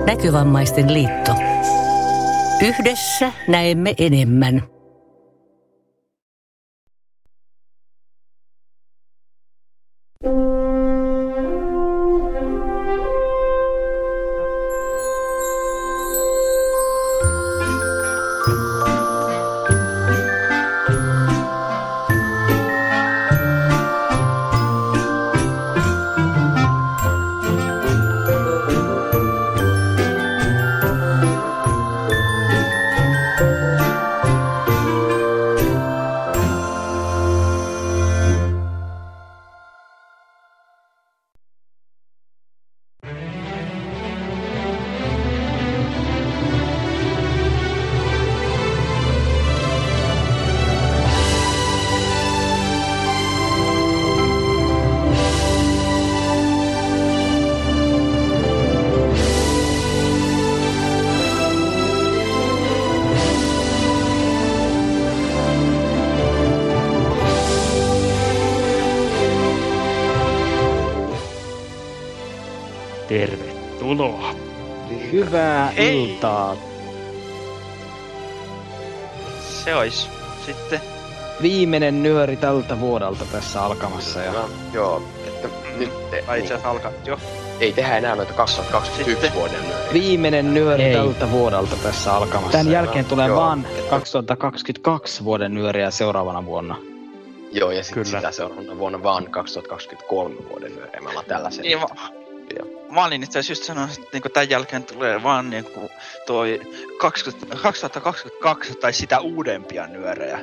Näkövammaisten liitto. Yhdessä näemme enemmän. Tervetuloa. Hyvää iltaa. Se ois sitten Viimeinen nyöri tältä vuodelta tässä alkamassa. Ja... No, joo, että nyt vai itse asiassa alkaa jo. ei tehdä enää noita 2021 Sitten. vuoden nyöriä. Viimeinen nyöri Ei. tältä vuodelta tässä alkamassa. Tän jälkeen tulee joo. vaan 2022 vuoden nyöriä seuraavana vuonna. Joo, ja sitten Kyllä. sitä seuraavana vuonna vaan 2023 vuoden nyöriä. Me ollaan tällaisen. Niin, mä olin itse asiassa just sanonut, että niinku tän jälkeen tulee vaan niinku toi 2022 tai sitä uudempia nyörejä.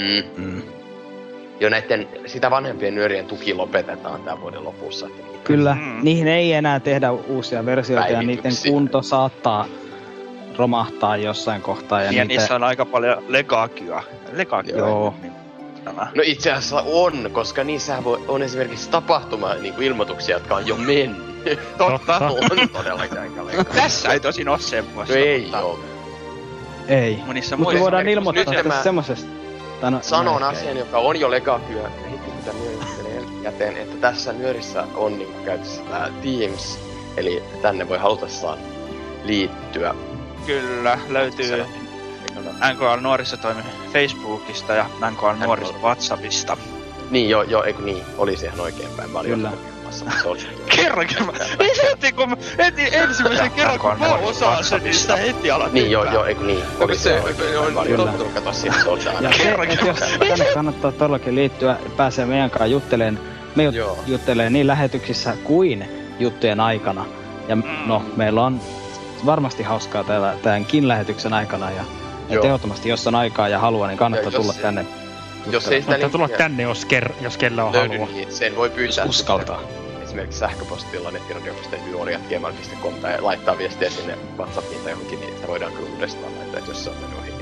Jo näitten sitä vanhempien nyörien tuki lopetetaan tämän vuoden lopussa. Kyllä, niihin ei enää tehdä uusia versioita ja niiden Päivityksiä. kunto saattaa romahtaa jossain kohtaa. Ja niissä on aika paljon legaakia. Joo. Niin, tämä. No itse asiassa on, koska niissä on esimerkiksi tapahtuma-ilmoituksia, jotka on jo mennyt. Totta. On todellakin aika leikkaa. Tässä ei tosin oo semmoista. No ei oo. Ei. Monissa Mutta muissa. voidaan Nyt ilmoittaa tämä- tästä semmosesta. Tai no, Sanon no, asian, joka on jo legakyä heti kun tämän nyörittelen jäteen, että tässä nyörissä on niinku käytössä tää Teams, eli tänne voi halutessaan liittyä. Kyllä, löytyy NKL Nuorisotoimi Facebookista ja NKL Nuoriso WhatsAppista. Niin, joo, eikö niin, olisi ihan oikeinpäin. Mä olin Kyllä. kokemassa, mutta se olisi Kerrankin mä... Ei se heti kun mä... Heti ensimmäisen kerran kun mä osaan sen, niin sitä heti alat Niin, joo, eikö niin, olisi se oikein. Mä olin Kyllä. tottunut katsoa siihen, se olisi aina. Ja se, että jos tänne kannattaa todellakin liittyä, pääsee meidän kanssa juttelemaan. Me Joo. juttelee niin lähetyksissä kuin juttujen aikana. Ja no, meillä on varmasti hauskaa tämänkin lähetyksen aikana. Ja Joo. ehdottomasti, jos on aikaa ja haluaa, niin kannattaa Ja jos tulla se- tänne. Jos ei sitä Mutta tulla linkkiä tänne, jos kellä on löydy, halua. niin sen voi pyytää Uskaltaa. esimerkiksi sähköpostilla nettiradio.dy.gmail.com tai laittaa viestiä sinne WhatsAppiin tai johonkin, niin se voidaan kyllä uudestaan laittaa, että jos se on mennyt ohi.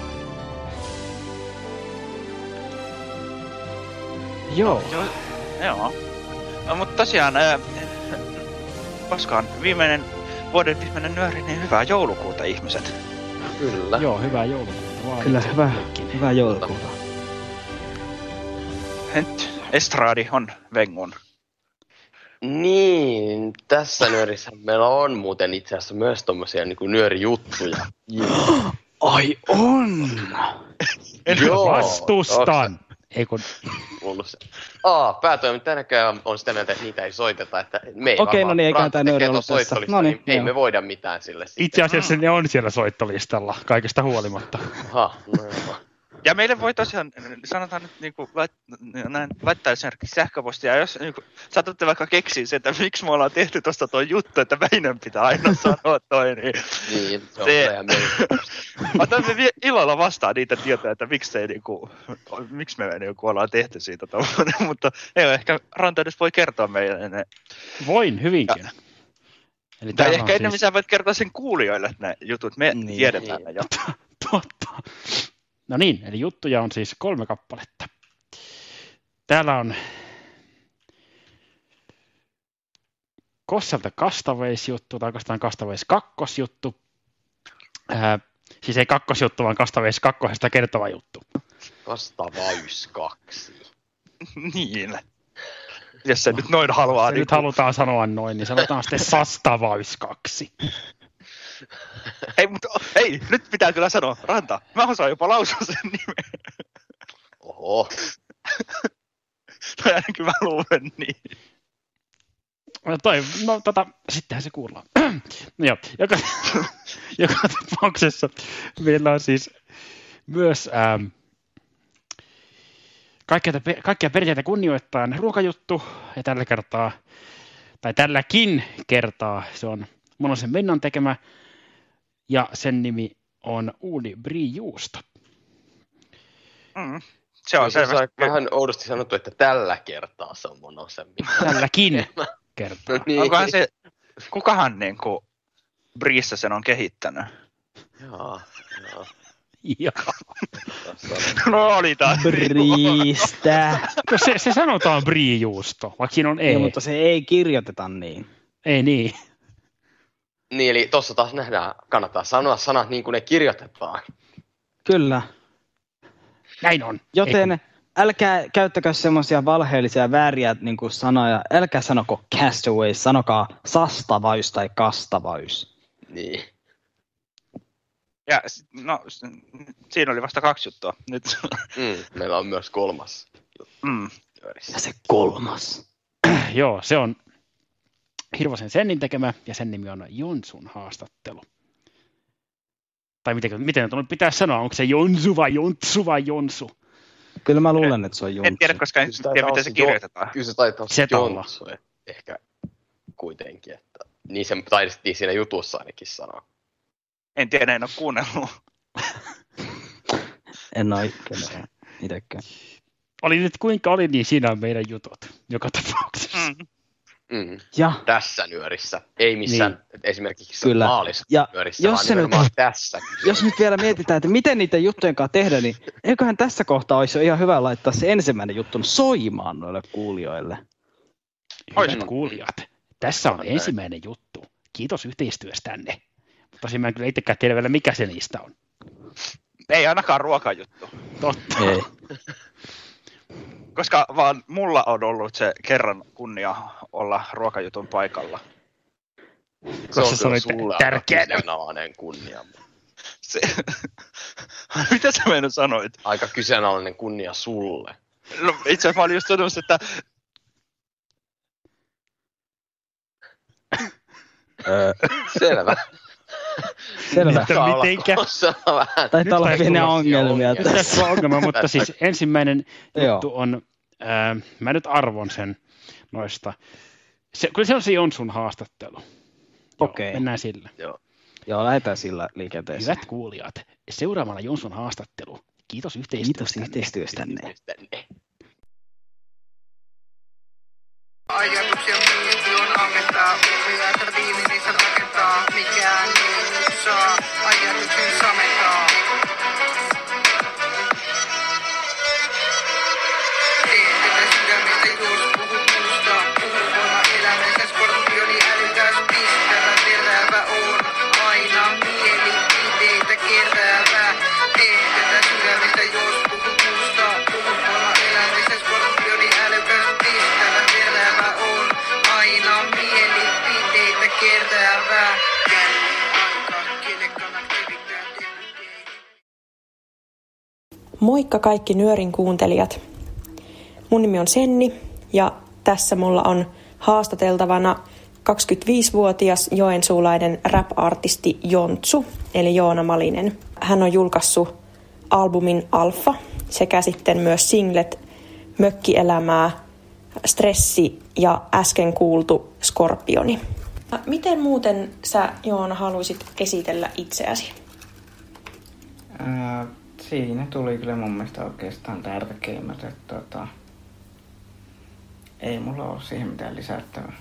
Joo. Joo. No, mutta tosiaan, koskaan vuoden viimeinen nyöri, niin hyvää joulukuuta ihmiset. Kyllä. Joo, hyvää joulukuuta vaan. Kyllä, itsellekin. hyvää joulukuuta. Nyt estradi on vengun. Niin, tässä nyörissä meillä on muuten itse asiassa myös tommosia niinku nyörijuttuja. Ai on! Vastustan! Ei kun... Mulla se. Päätoimittaja näköjään on sitä mieltä, että niitä ei soiteta, että me ei Okei, no niin, eiköhän tää nyöri tekee ollut ton tässä. soittolista, No niin, niin ei joo. me voida mitään sille sitten. Itse asiassa ne on siellä soittolistalla, kaikesta huolimatta. Aha, no joo. Ja meille voi tosiaan, sanotaan nyt niinku, laittaa esimerkiksi sähköpostia, jos niinku, saatatte vaikka keksiä se, että miksi me ollaan tehty tosta toi juttu, että Väinön pitää aina sanoa toi, niin Niin, se on Se- kyllä ihan meidän. otamme ilolla vastaan niitä tietoja, että miksi me niinku ollaan tehty siitä tommonen, mutta ei ehkä Ranta edes voi kertoa meille ne. Voin hyvinkin. Eli Tai täällä ehkä on enemmän sä voit kertoa sen kuulijoille, että ne jutut, me Niin. tiedetään ne jo. Totta. No niin, eli juttuja on siis 3 kappaletta. Täällä on Kosselta Castaways-juttu, tai oikeastaan Castaways 2-juttu. Siis ei 2-juttu, vaan Castaways 2 kertova juttu. Vastaavays 2. Niin. Jos se nyt noin haluaa. Se nyt halutaan sanoa noin, niin sanotaan sitten Sastavays 2. Hei, nyt pitää kyllä sanoa, Ranta, mä osaan jopa lausua sen nimen. Oho. Tai ainakin mä luulen niin. Sittenhän se kuullaan. No joo, joka tapauksessa meillä on siis myös kaikkia perinteitä kunnioittaen ruokajuttu, ja tälläkin kertaa se on Monosen Mennon tekemä, ja sen nimi on Uuni Brie-juusto. Se on selvästi. Vähän oudosti sanottu, että tällä kertaa se on Monosen. Tälläkin kertaa. No niin. Onkohan se, kukahan niinku Briessä sen on kehittänyt? Joo. Joo. No oli taas. Briistä. No se sanotaan Brie-juusto, vaikka siinä on Joo, mutta se ei kirjoiteta niin. Ei niin. Niin, eli tossa taas nähdään, kannattaa sanoa sanat niin kuin ne kirjoitetaan. Kyllä. Näin on. Joten älkää käyttäkö semmoisia valheellisia vääriä niin kuin sanoja. Älkää sanoko castaways, sanokaa sastavays tai kastavays. Niin. Ja no, siinä oli vasta 2 juttua. Nyt. Meillä on myös 3. Ja se 3. Joo, se on Hirvosen Sennin tekemä, ja sen nimi on Jonsun haastattelu. Tai miten tuon pitää sanoa, onko se Jonsu vai Jontsu vai Jonsu? Kyllä mä luulen, että se on Jonsu. En tiedä, koska en tiedä, miten se kirjoitetaan. Kyllä se taitaa olla Jontsu, ehkä kuitenkin. Että niin se taidettiin siinä jutussa ainakin sanoa. En tiedä, en ole kuunnellut. En ole itsekään. Oli nyt kuinka oli, niin siinä on meidän jutut joka tapauksessa. Ja tässä nyörissä, ei missään esimerkiksi kyllä. Maalisessa nyörissä, jos vaan nimenomaan tässä. Jos nyt vielä mietitään, että miten niitä juttujen kanssa tehdään, niin eiköhän tässä kohtaa olisi jo ihan hyvä laittaa se ensimmäinen juttu soimaan noille kuulijoille. Hyvät kuulijat, tässä on ensimmäinen juttu. Kiitos yhteistyöstänne. Tosin mä en kyllä itsekään tiedä vielä, mikä se niistä on. Ei ainakaan ruokajuttu. Totta. Ei. Koska vaan mulla on ollut se kerran kunnia olla ruokajutun paikalla. Se on kyllä sulle tärkeänä. aika kyseenalainen kunnia. Mitä sä meidän sanoit? Aika kyseenalainen kunnia sulle. No itse asiassa mä olin just sanonut, että... Selvä. Mitenkä? Taitaa olla pieniä ongelmia. Tässä on ongelma, mutta siis ensimmäinen juttu on, mä nyt arvon sen noista. Kyllä se on se Jonsun haastattelu. Okei. Mennään sillä. Joo, lähdetään sillä liikenteeseen. Hyvät kuulijat, seuraavana Jonsun haastattelu. Kiitos yhteistyöstänne. Ajatuksia miljoon ammentaa, ja tarviini niissä rakentaa, mikään ei saa ajatuksen samentaa. Teen tätä sydämestä, jos puhut musta, puhut voima elämänsä, skorpioni älykäs, pistävä, terävä on, aina mielipiteitä keräävä. Teen tätä sydämestä, jos puhut musta, puhut voima elämänsä, skorpioni älykäs, pistävä, terävä on, aina mielipiteitä keräävä. Moikka kaikki Nyörin kuuntelijat. Mun nimi on Senni ja tässä mulla on haastateltavana 25-vuotias joensuulainen rap-artisti Jontsu, eli Joona Malinen. Hän on julkaissut albumin Alfa sekä sitten myös singlet Mökkielämää, Stressi ja äsken kuultu Skorpioni. Miten muuten sä, Joona, haluaisit esitellä itseäsi? Siinä tuli kyllä mun mielestä oikeastaan tärkeimmät, että ei mulla ole siihen mitään lisättävää.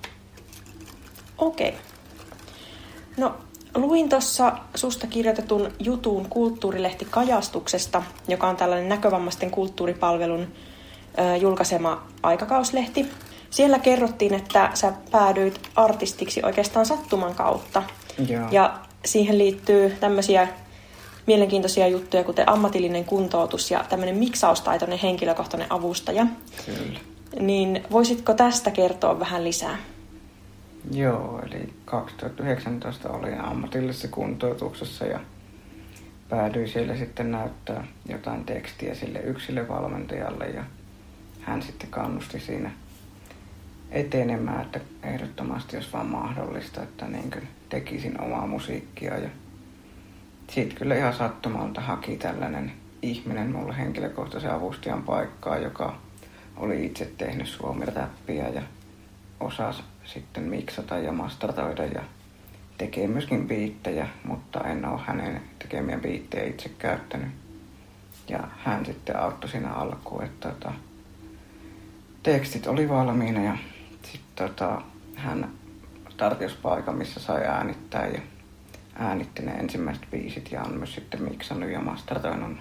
Okei. No, luin tuossa susta kirjoitetun jutun Kulttuurilehti Kajastuksesta, joka on tällainen näkövammaisten kulttuuripalvelun julkaisema aikakauslehti. Siellä kerrottiin, että sä päädyit artistiksi oikeastaan sattuman kautta. Joo. Ja siihen liittyy tämmöisiä mielenkiintoisia juttuja, kuten ammatillinen kuntoutus ja tämmöinen miksaustaitoinen henkilökohtainen avustaja. Kyllä. Niin voisitko tästä kertoa vähän lisää? Joo, eli 2019 olin ammatillisessa kuntoutuksessa ja päädyin siellä sitten näyttää jotain tekstiä sille yksilövalmentajalle ja hän sitten kannusti siinä etenemään, että ehdottomasti jos vaan mahdollista, että niin kuin tekisin omaa musiikkia ja sitten kyllä ihan sattumalta haki tällainen ihminen mulle henkilökohtaisen avustajan paikkaa, joka oli itse tehnyt suomi-räppiä ja osasi sitten miksata ja masteratoida ja tekee myöskin biittejä, mutta en ole hänen tekemiä biittejä itse käyttänyt. Ja hän sitten auttoi siinä alkuun, että tekstit oli valmiina ja sitten hän tarjosi paikan, missä sai äänittää ja äänitti ne ensimmäiset biisit ja on myös sitten miksannut ja masteratoinut.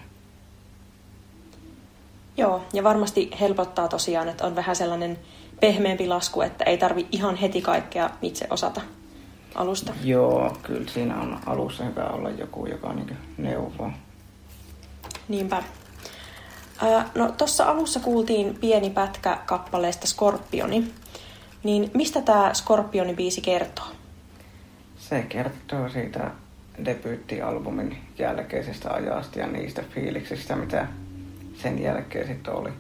Joo, ja varmasti helpottaa tosiaan, että on vähän sellainen pehmeämpi lasku, että ei tarvi ihan heti kaikkea itse osata alusta. Joo, kyllä siinä on alussa hyvä olla joku, joka niin neuvoo. Niinpä. No tuossa alussa kuultiin pieni pätkä kappaleesta Skorpioni. Niin mistä tämä Skorpioni-biisi kertoo? Se kertoo siitä debyyttialbumin jälkeisestä ajasta ja niistä fiiliksistä, mitä sen jälkeen sitten oli.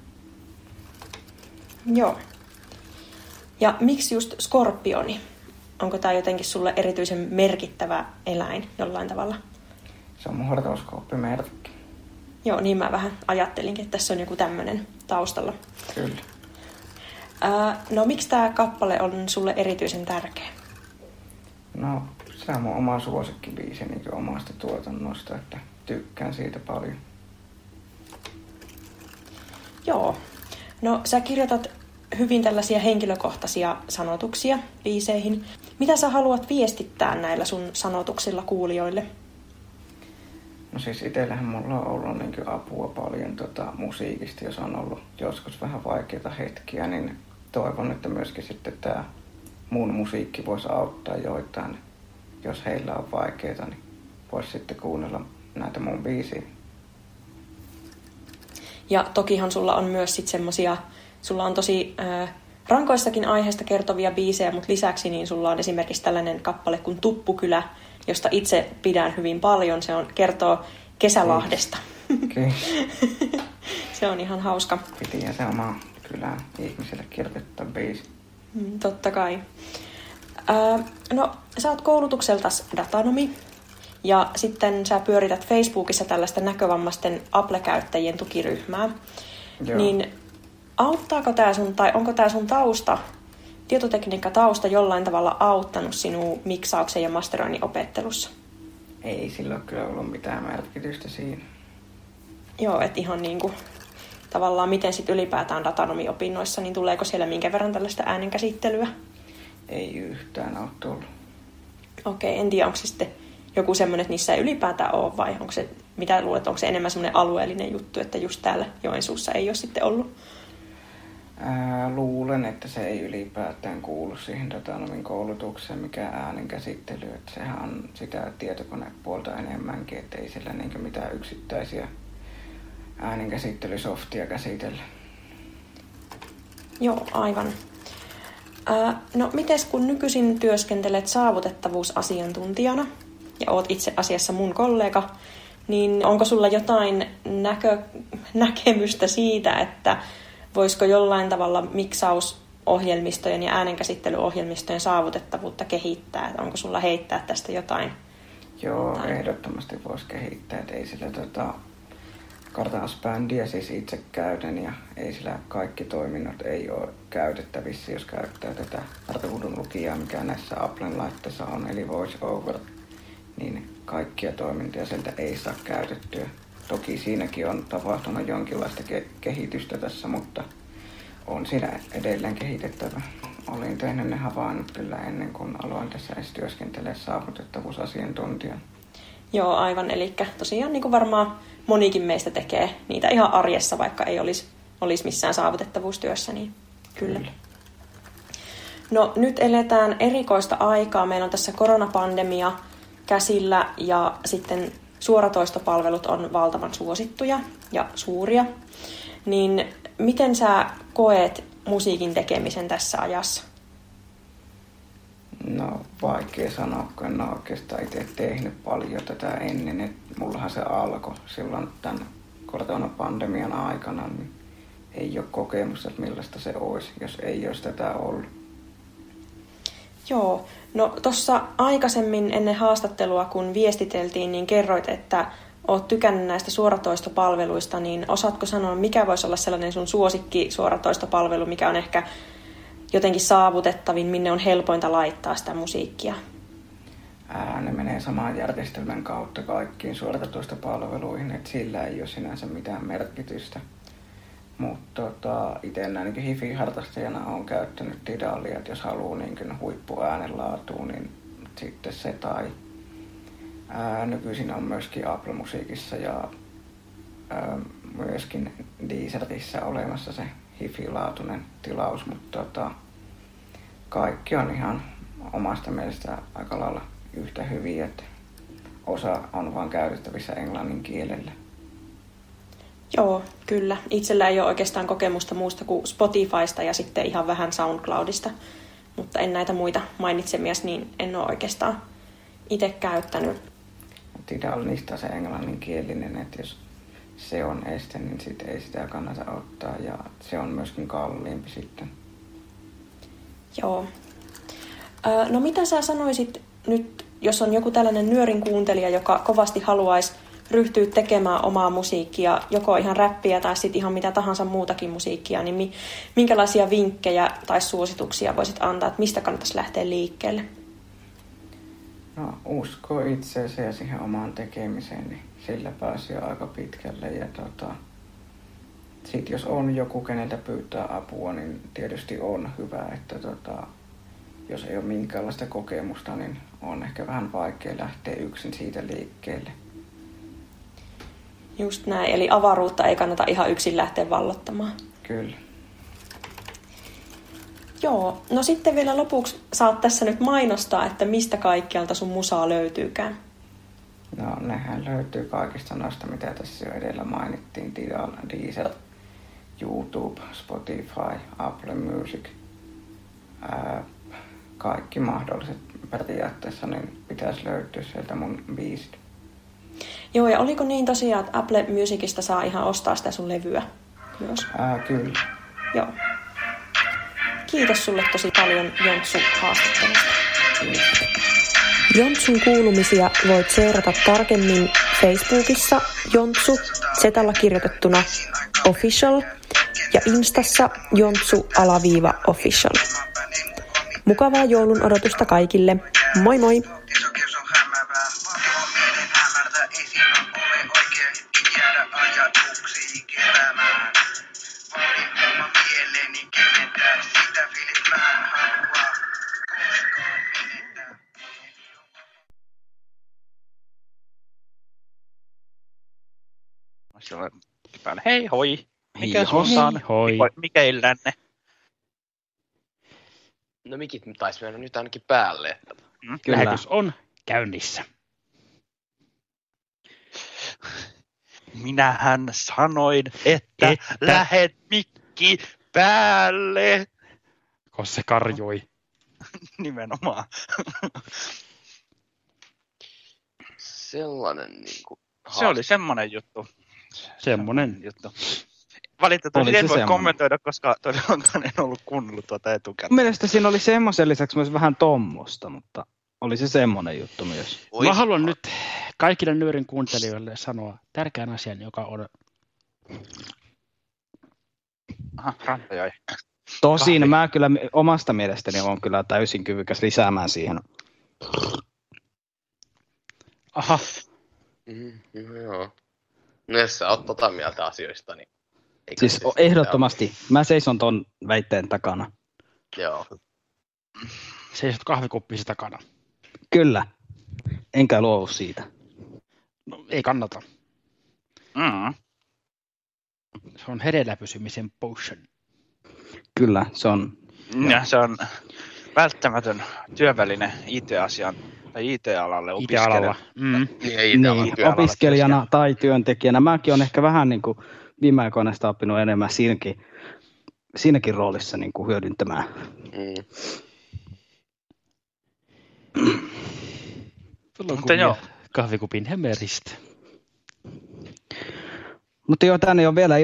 Joo. Ja miksi just Skorpioni? Onko tämä jotenkin sulle erityisen merkittävä eläin jollain tavalla? Se on mun horoskooppimerkki. Joo, niin mä vähän ajattelinkin, että tässä on joku tämmöinen taustalla. Kyllä. No miksi tämä kappale on sulle erityisen tärkeä? No se on mun oma suosikkibiisi niin omasta tuotannosta, että tykkään siitä paljon. Joo. No sä kirjoitat hyvin tällaisia henkilökohtaisia sanotuksia biiseihin. Mitä sä haluat viestittää näillä sun sanotuksilla kuulijoille? No siis itsellähän mulla on ollut niin apua paljon musiikista, jos on ollut joskus vähän vaikeita hetkiä, niin toivon, että myöskin sitten tämä mun musiikki voisi auttaa joitain, jos heillä on vaikeita, niin voisi sitten kuunnella näitä mun biisiä. Ja tokihan sulla on myös sitten semmosia, sulla on tosi rankoistakin aiheesta kertovia biisejä, mutta lisäksi niin sulla on esimerkiksi tällainen kappale kuin Tuppukylä, josta itse pidän hyvin paljon. Se kertoo Kesälahdesta. Okay. Se on ihan hauska. Piti se oma kylän ihmiselle kirjoittaa biisi. Totta kai. No, sä oot koulutukseltas datanomi ja sitten sä pyörität Facebookissa tällaista näkövammaisten Apple-käyttäjien tukiryhmää. Joo. Niin auttaako tää sun, tai onko tää sun tietotekniikka-tausta jollain tavalla auttanut sinua miksauksen ja masteroinnin opettelussa? Ei sillä ole kyllä ollut mitään merkitystä siinä. Joo, että ihan niinku tavallaan miten sitten ylipäätään datanomi-opinnoissa, niin tuleeko siellä minkä verran tällaista äänenkäsittelyä? Ei yhtään ole tullut. Okei, en tiedä, onko se sitten joku semmoinen, että niissä ei ylipäätään ole, vai onko se, mitä luulet, onko se enemmän semmoinen alueellinen juttu, että just täällä Joensuussa ei ole sitten ollut? Luulen, että se ei ylipäätään kuulu siihen datanomin koulutukseen, mikä äänenkäsittely. Että sehän on sitä tietokonepuolta enemmänkin, että ei sillä niin mitään yksittäisiä äänenkäsittelysoftia käsitellä. Joo, aivan. No mites kun nykyisin työskentelet saavutettavuusasiantuntijana ja oot itse asiassa mun kollega, niin onko sulla jotain näkemystä siitä, että voisiko jollain tavalla miksausohjelmistojen ja äänenkäsittelyohjelmistojen saavutettavuutta kehittää? Että onko sulla heittää tästä jotain? Joo, ehdottomasti voisi kehittää. Että ei sillä kartausbändiä siis itse käytän ja ei sillä kaikki toiminnot ei ole käytettävissä, jos käyttää tätä ruudunlukijaa, mikä näissä Applen laitteissa on, eli VoiceOver, niin kaikkia toimintoja sieltä ei saa käytettyä. Toki siinäkin on tapahtunut jonkinlaista kehitystä tässä, mutta on siinä edelleen kehitettävä. Olin tehnyt ne havainnot kyllä ennen kuin aloin tässä edes työskentelee saavutettavuusasiantuntijana. Joo, aivan. Eli tosiaan niin kuin varmaan monikin meistä tekee niitä ihan arjessa, vaikka ei olisi missään saavutettavuustyössä, niin kyllä. No nyt eletään erikoista aikaa. Meillä on tässä koronapandemia käsillä ja sitten suoratoistopalvelut on valtavan suosittuja ja suuria. Niin miten sä koet musiikin tekemisen tässä ajassa? vaikea sanoa, kun en ole oikeastaan itse tehnyt paljon tätä ennen. Et mullahan se alkoi silloin tämän koronapandemian aikana, niin ei ole kokemusta, että millaista se olisi, jos ei olisi tätä ollut. Joo, no tuossa aikaisemmin ennen haastattelua, kun viestiteltiin, niin kerroit, että oot tykännyt näistä suoratoistopalveluista, niin osaatko sanoa, mikä voisi olla sellainen sun suosikki suoratoistopalvelu, mikä on ehkä jotenkin saavutettavin, minne on helpointa laittaa sitä musiikkia? Ne menee saman järjestelmän kautta kaikkiin suoratoistopalveluihin, että sillä ei ole sinänsä mitään merkitystä. Mutta itse ainakin hifi-harrastajana olen käyttänyt Tidalia, että jos haluaa niin huippuäänenlaatuun, niin sitten se tai nykyisin on myöskin Apple Musiikissa ja myöskin Deezerissä olemassa se hifi-laatuinen tilaus, mutta kaikki on ihan omasta mielestä aika lailla yhtä hyviä, että osa on vaan käytettävissä englannin kielellä. Joo, kyllä. Itsellä ei ole oikeastaan kokemusta muusta kuin Spotifysta ja sitten ihan vähän SoundCloudista, mutta en näitä muita mainitsemias, niin en ole oikeastaan itse käyttänyt. Tidal niistä se englanninkielinen, että jos se on este, niin sit ei sitä kannata ottaa ja se on myöskin kalliimpi sitten. Joo. No mitä sä sanoisit nyt, jos on joku tällainen nyörin kuuntelija, joka kovasti haluaisi ryhtyä tekemään omaa musiikkia, joko ihan räppiä tai sitten ihan mitä tahansa muutakin musiikkia, niin minkälaisia vinkkejä tai suosituksia voisit antaa, että mistä kannattaisi lähteä liikkeelle? No usko itseesi ja siihen omaan tekemiseen, niin sillä pääsee aika pitkälle. Ja sit jos on joku, keneltä pyytää apua, niin tietysti on hyvä, että jos ei ole minkäänlaista kokemusta, niin on ehkä vähän vaikea lähteä yksin siitä liikkeelle. Just näin, eli avaruutta ei kannata ihan yksin lähteä vallottamaan. Kyllä. Joo, no sitten vielä lopuksi saat tässä nyt mainostaa, että mistä kaikkialta sun musaa löytyykään. No nehän löytyy kaikista noista, mitä tässä jo edellä mainittiin. Tidal, Deezer, YouTube, Spotify, Apple Music. Kaikki mahdolliset periaatteessa niin pitäisi löytyä sieltä mun biisit. Joo, ja oliko niin tosiaan, että Apple Musicista saa ihan ostaa sitä sun levyä myös? Kyllä. Joo. Kiitos sulle tosi paljon Jontsu haastattelusta. Jontsun kuulumisia voit seurata tarkemmin Facebookissa Jontsu zetalla kirjoitettuna official ja Instassa Jontsu_official. Mukavaa joulun odotusta kaikille. Moi moi! Hei hoi! Mikä illänne? No mikit taisi mennä nyt ainakin päälle. Lähetys on käynnissä. Minähän sanoin, että lähet mikki päälle. Koska se karjui. Nimenomaan. Sellainen niinku... Se oli semmonen juttu. Semmonen juttu. Valitettavasti en voi kommentoida, koska todellakaan en ollut kuunnellut tuota etukäteen. Mielestäni siinä oli semmoisen lisäksi myös vähän tommosta, mutta oli se semmonen juttu myös. Mä haluan nyt kaikille nyörin kuuntelijoille sanoa tärkeän asian, joka on... Aha, Ranta jäi. Tosin mä kyllä omasta mielestäni olen kyllä täysin kyvykäs lisäämään siihen. Aha. Joo. No jos sä oot mieltä asioista, niin... Siis ehdottomasti. Mä seison ton väitteen takana. Joo. Seisot kahvikuppisi takana. Kyllä. Enkä luovu siitä. No ei kannata. Se on hereillä pysymisen potion. Kyllä, se on. Ja se on välttämätön työväline IT-asian tai IT-alalle opiskelijana. Niin, opiskelijana tai työntekijänä. Mäkin olen ehkä vähän niin kuin viime aikoina sitä oppinut enemmän siinäkin roolissa niin kuin hyödyntämään. Mutta joo. Kahvikupin hemeristä. Mutta joo, tänne ei ole vielä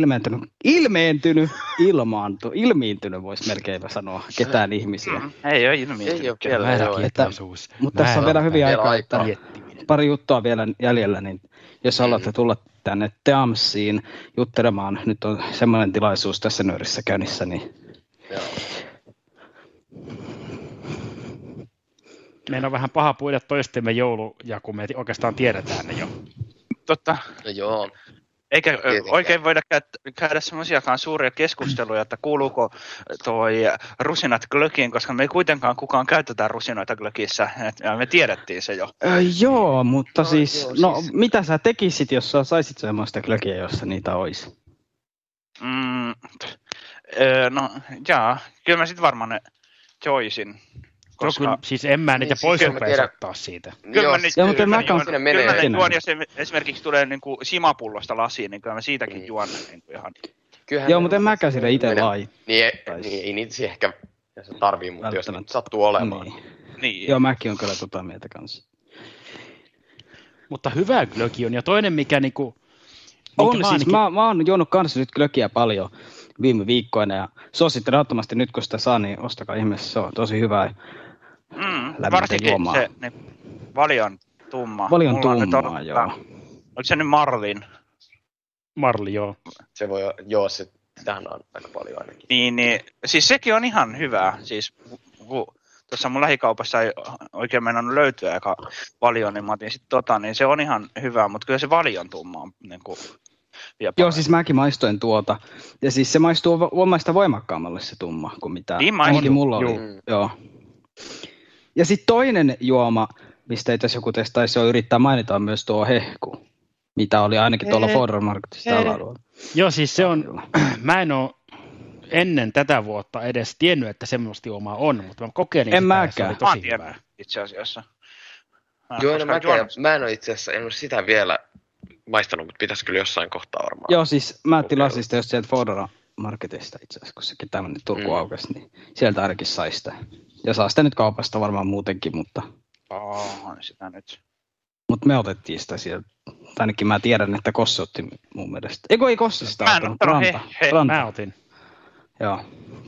ilmiintynyt voisi melkeinpä sanoa, ketään ihmisiä. Ei ole ilmiintynyt. Ei ole vielä. Mutta tässä on vielä hyvin aikaa, että pari juttua vielä jäljellä, niin jos haluatte tulla tänne Teamsiin juttelemaan, nyt on semmoinen tilaisuus tässä nöyrissä käynnissä, niin... Joo. Meidän on vähän paha puida toistemme jouluja, kun me oikeastaan tiedetään ne jo. Totta. No joo. Eikä Tietenkään. oikein voida käydä semmoisiakaan suuria keskusteluja, että kuuluuko toi rusinat glökiin, koska me ei kuitenkaan kukaan käytetä rusinoita glökissä, ja me tiedettiin se jo. Joo, mutta joo, mitä sä tekisit, jos sä saisit semmoista glökiä, jossa niitä olisi? Kyllä mä sit varmaan ne joisin. Koska... Siis en mä niitä pois rupeisi ottaa siitä. Kyllä mä ne juon, jos esimerkiksi tulee niinku simapullosta lasiin, niin kyllä mä siitäkin juon niinku ihan. Kyllähän joo, mutta en mäkään sille itse Niin, ei niitä ehkä tarvii, mutta jos niitä sattuu olemaan. Niin. Joo, mäkin on kyllä mieltä kanssa. Mutta hyvä glögi on, ja toinen mikä niinku... On siis, mä oon juonut kanssa nyt glögiä paljon viime viikkoina, ja suosittelen ehdottomasti nyt kun sitä saa, niin ostakaa ihmeessä, se on tosi hyvää. Varsinkin juomaa. Se Valion tumma. Valion tummaa, joo. Onko se nyt Marlin? Marli, joo. Se voi, sitähän on aika paljon ainakin. Niin, siis sekin on ihan hyvää. Siis kun tuossa mun lähikaupassa ei oikein meinannut löytyä eka Valion, niin mä otin sitten niin se on ihan hyvää, mutta kyllä se Valion tumma on niinku vielä joo, siis mäkin maistoin tuota. Ja siis se maistuu voimakkaammalle se tumma kuin mitä niin maistuu. Mulla oli. Joo. Ja sitten toinen juoma, mistä ei tässä joku testaisi jo yrittää mainita, on myös tuo hehku, mitä oli ainakin tuolla Fordham Marketissa tällä alueella. Joo, siis se on, mä en ole ennen tätä vuotta edes tiennyt, että semmoista juomaa on, mutta mä kokeilin sitä, mäkään. Se oli tosi hyvää. Itse asiassa. Mä en ole itse asiassa, en ole sitä vielä maistanut, mutta pitäisi kyllä jossain kohtaa varmaan. Joo, siis mä tilasin sitä just sieltä Fordham Marketista itse asiassa, kun sekin tämmöinen Turku aukesi, niin sieltä ainakin sai sitä. Ja saa sitä nyt kaupasta varmaan muutenkin, mutta... on sitä nyt. Mutta me otettiin sitä sieltä. Ainakin mä tiedän, että Kosse otti mun mielestä. Ei Kosse sitä ottanut. Ranta. Mä otin. Joo.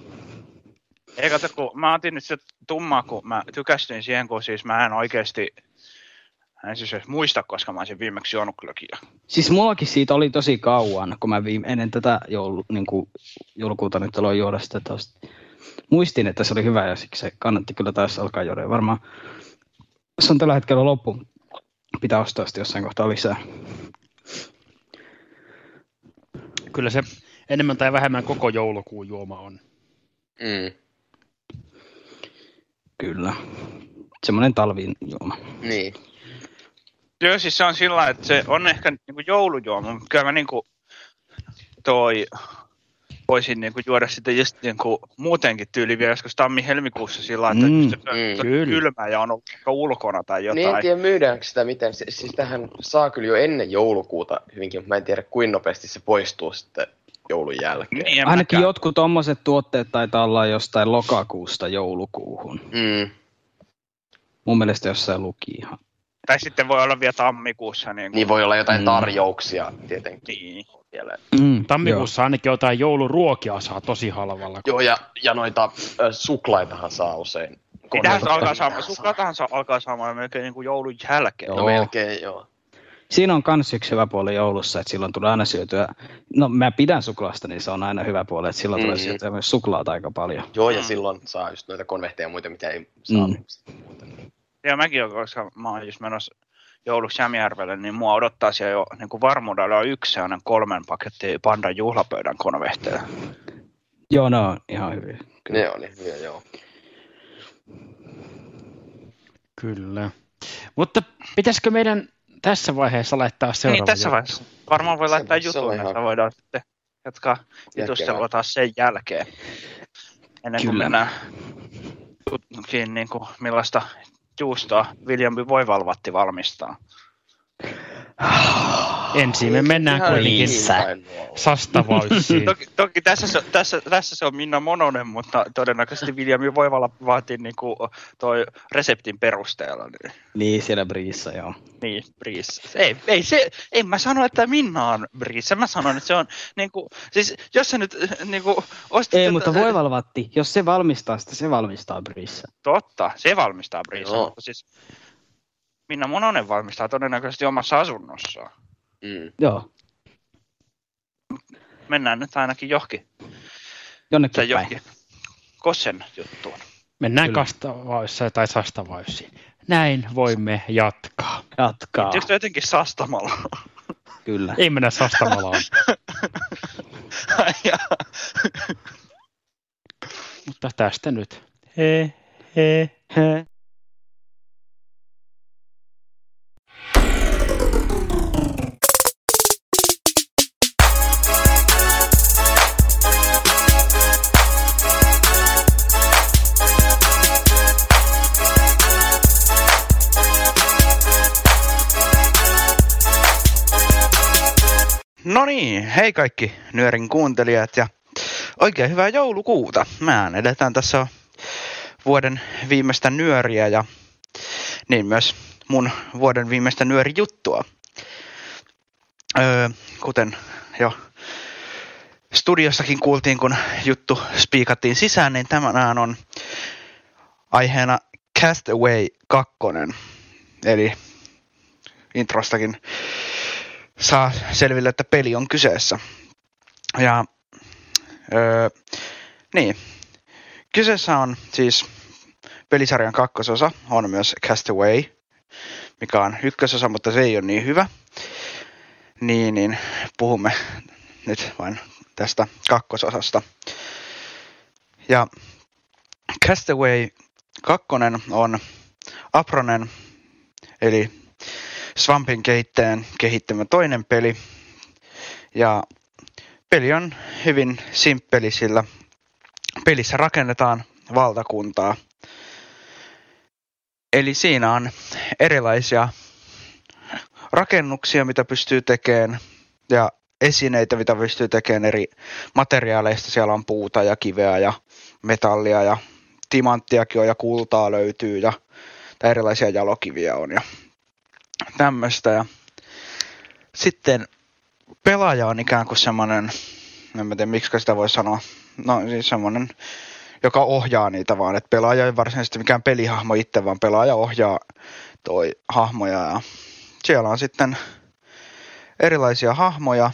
Ei kato, kun mä otin nyt se tummaa, kun mä tykästyin siihen, kun siis mä en oikeesti... En siis muista, koska mä olisin viimeksi juonut glögiä. Siis mullakin siitä oli tosi kauan, kun mä ennen tätä joulukuuta nyt aloin juoda sitä tosta. Muistin, että se oli hyvä ja siksi se kannatti kyllä taas alkaa juoda. Varmaan se on tällä hetkellä loppu. Pitää ostaa sitä jossain kohtaa lisää. Kyllä se enemmän tai vähemmän koko joulukuun juoma on. Kyllä. Semmoinen talvin juoma. Niin. Joo, siis se on sillä lailla, että se on ehkä niinku joulujuoma, mutta kyllä mä niinku voisin niinku juoda sitä just niinku muutenkin tyyliin vielä joskus tammi-helmikuussa sillä lailla, että se on kylmä ja on ollut ulkona tai jotain. Niin en tiedä myydäänkö sitä miten, siis tähän saa kyllä jo ennen joulukuuta hyvinkin, mutta mä en tiedä kuinka nopeasti se poistuu sitten joulun jälkeen. Niin, ainakin jotkut tommoset tuotteet taitaa olla jostain lokakuusta joulukuuhun. Mun mielestä jossain luki ihan. Tai sitten voi olla vielä tammikuussa. Niin voi olla jotain tarjouksia tietenkin. Niin. Tammikuussa ainakin jotain jouluruokia saa tosi halvalla. Joo, ja noita suklaitahan saa usein. Suklaatahan alkaa saamaan melkein niin kuin joulun jälkeen. No melkein, joo. Siinä on kans yksi hyvä puoli joulussa, että silloin tulee aina syötyä, no mä pidän suklaasta, niin se on aina hyvä puoli, että silloin tulee syötyä myös suklaata aika paljon. Joo, ja silloin saa just noita konvehteja ja muita, mitä ei saa muuten. Ja mäkin olen, koska mä oon just menossa jouluksi Jämijärvelle, niin mua odottaa siellä jo niin kuin varmuudella 1 sellainen 3 pakettia Pandan juhlapöydän konvehteja. Joo, ne on ihan hyviä. Kyllä. Ne on niin hyviä, joo. Kyllä. Mutta pitäisikö meidän tässä vaiheessa laittaa seuraava? Niin, tässä vaiheessa. Varmaan voi laittaa jutun, että voidaan sitten jatkaa jutustelua taas sen jälkeen. Ennen kuin mennään niin kuin millaista juustoa Viljampi voivalvatti valmistaa. Ensin me mennään Ihan kuitenkin niin päin nuo. Sastavaussiin. Toki tässä se on Minna Mononen, mutta todennäköisesti Viljami voi vaatia niinku toi reseptin perusteella. Niin, siellä Briissa, joo. Niin, Briissa. En mä sano, että Minna on Briissa. Mä sanon, että se on niinku, siis jos sä nyt niinku ostit... Ei, mutta voivalvatti, jos se valmistaa sitä, se valmistaa Briissa. Totta, se valmistaa Briissa, Joo. mutta siis Minna Mononen valmistaa todennäköisesti omassa asunnossaan. Joo, Mennään nyt ainakin jonnekin tai päin. johonkin Kossen juttuun. Mennään Kyllä. Kastavauissa tai Sastavaussiin. Näin voimme jatkaa. Jatkaa, Liittyykö jotenkin Sastamalla? kyllä. Ei mennä Sastamalaan. Mutta tästä nyt. He. No niin, hei kaikki Nyörin kuuntelijat ja oikein hyvää joulukuuta. Mehän edetään tässä vuoden viimeistä nyöriä ja niin myös mun vuoden viimeistä nyörijuttua. Kuten jo studiossakin kuultiin, kun juttu spiikattiin sisään, niin tämänään on aiheena Castaway 2. Eli introstakin saa selville, että peli on kyseessä. Ja niin, kyseessä on siis pelisarjan kakkososa, on myös Castaway, mikä on ykkösosa, mutta se ei ole niin hyvä. Niin puhumme nyt vain tästä kakkososasta. Ja Castaway 2 on Apronen, eli Swampin kehittäjän kehittämä toinen peli. Ja peli on hyvin simppeli, sillä pelissä rakennetaan valtakuntaa. Eli siinä on erilaisia rakennuksia, mitä pystyy tekemään, ja esineitä, mitä pystyy tekemään eri materiaaleista. Siellä on puuta ja kiveä ja metallia ja timanttiakin on ja kultaa löytyy ja erilaisia jalokiviä on ja tämmöistä. Ja sitten pelaaja on ikään kuin semmoinen, en tiedä miksi sitä voi sanoa, no siis semmoinen, joka ohjaa niitä vaan, että pelaaja ei varsinaisesti mikään pelihahmo itse, vaan pelaaja ohjaa toi hahmoja ja siellä on sitten erilaisia hahmoja,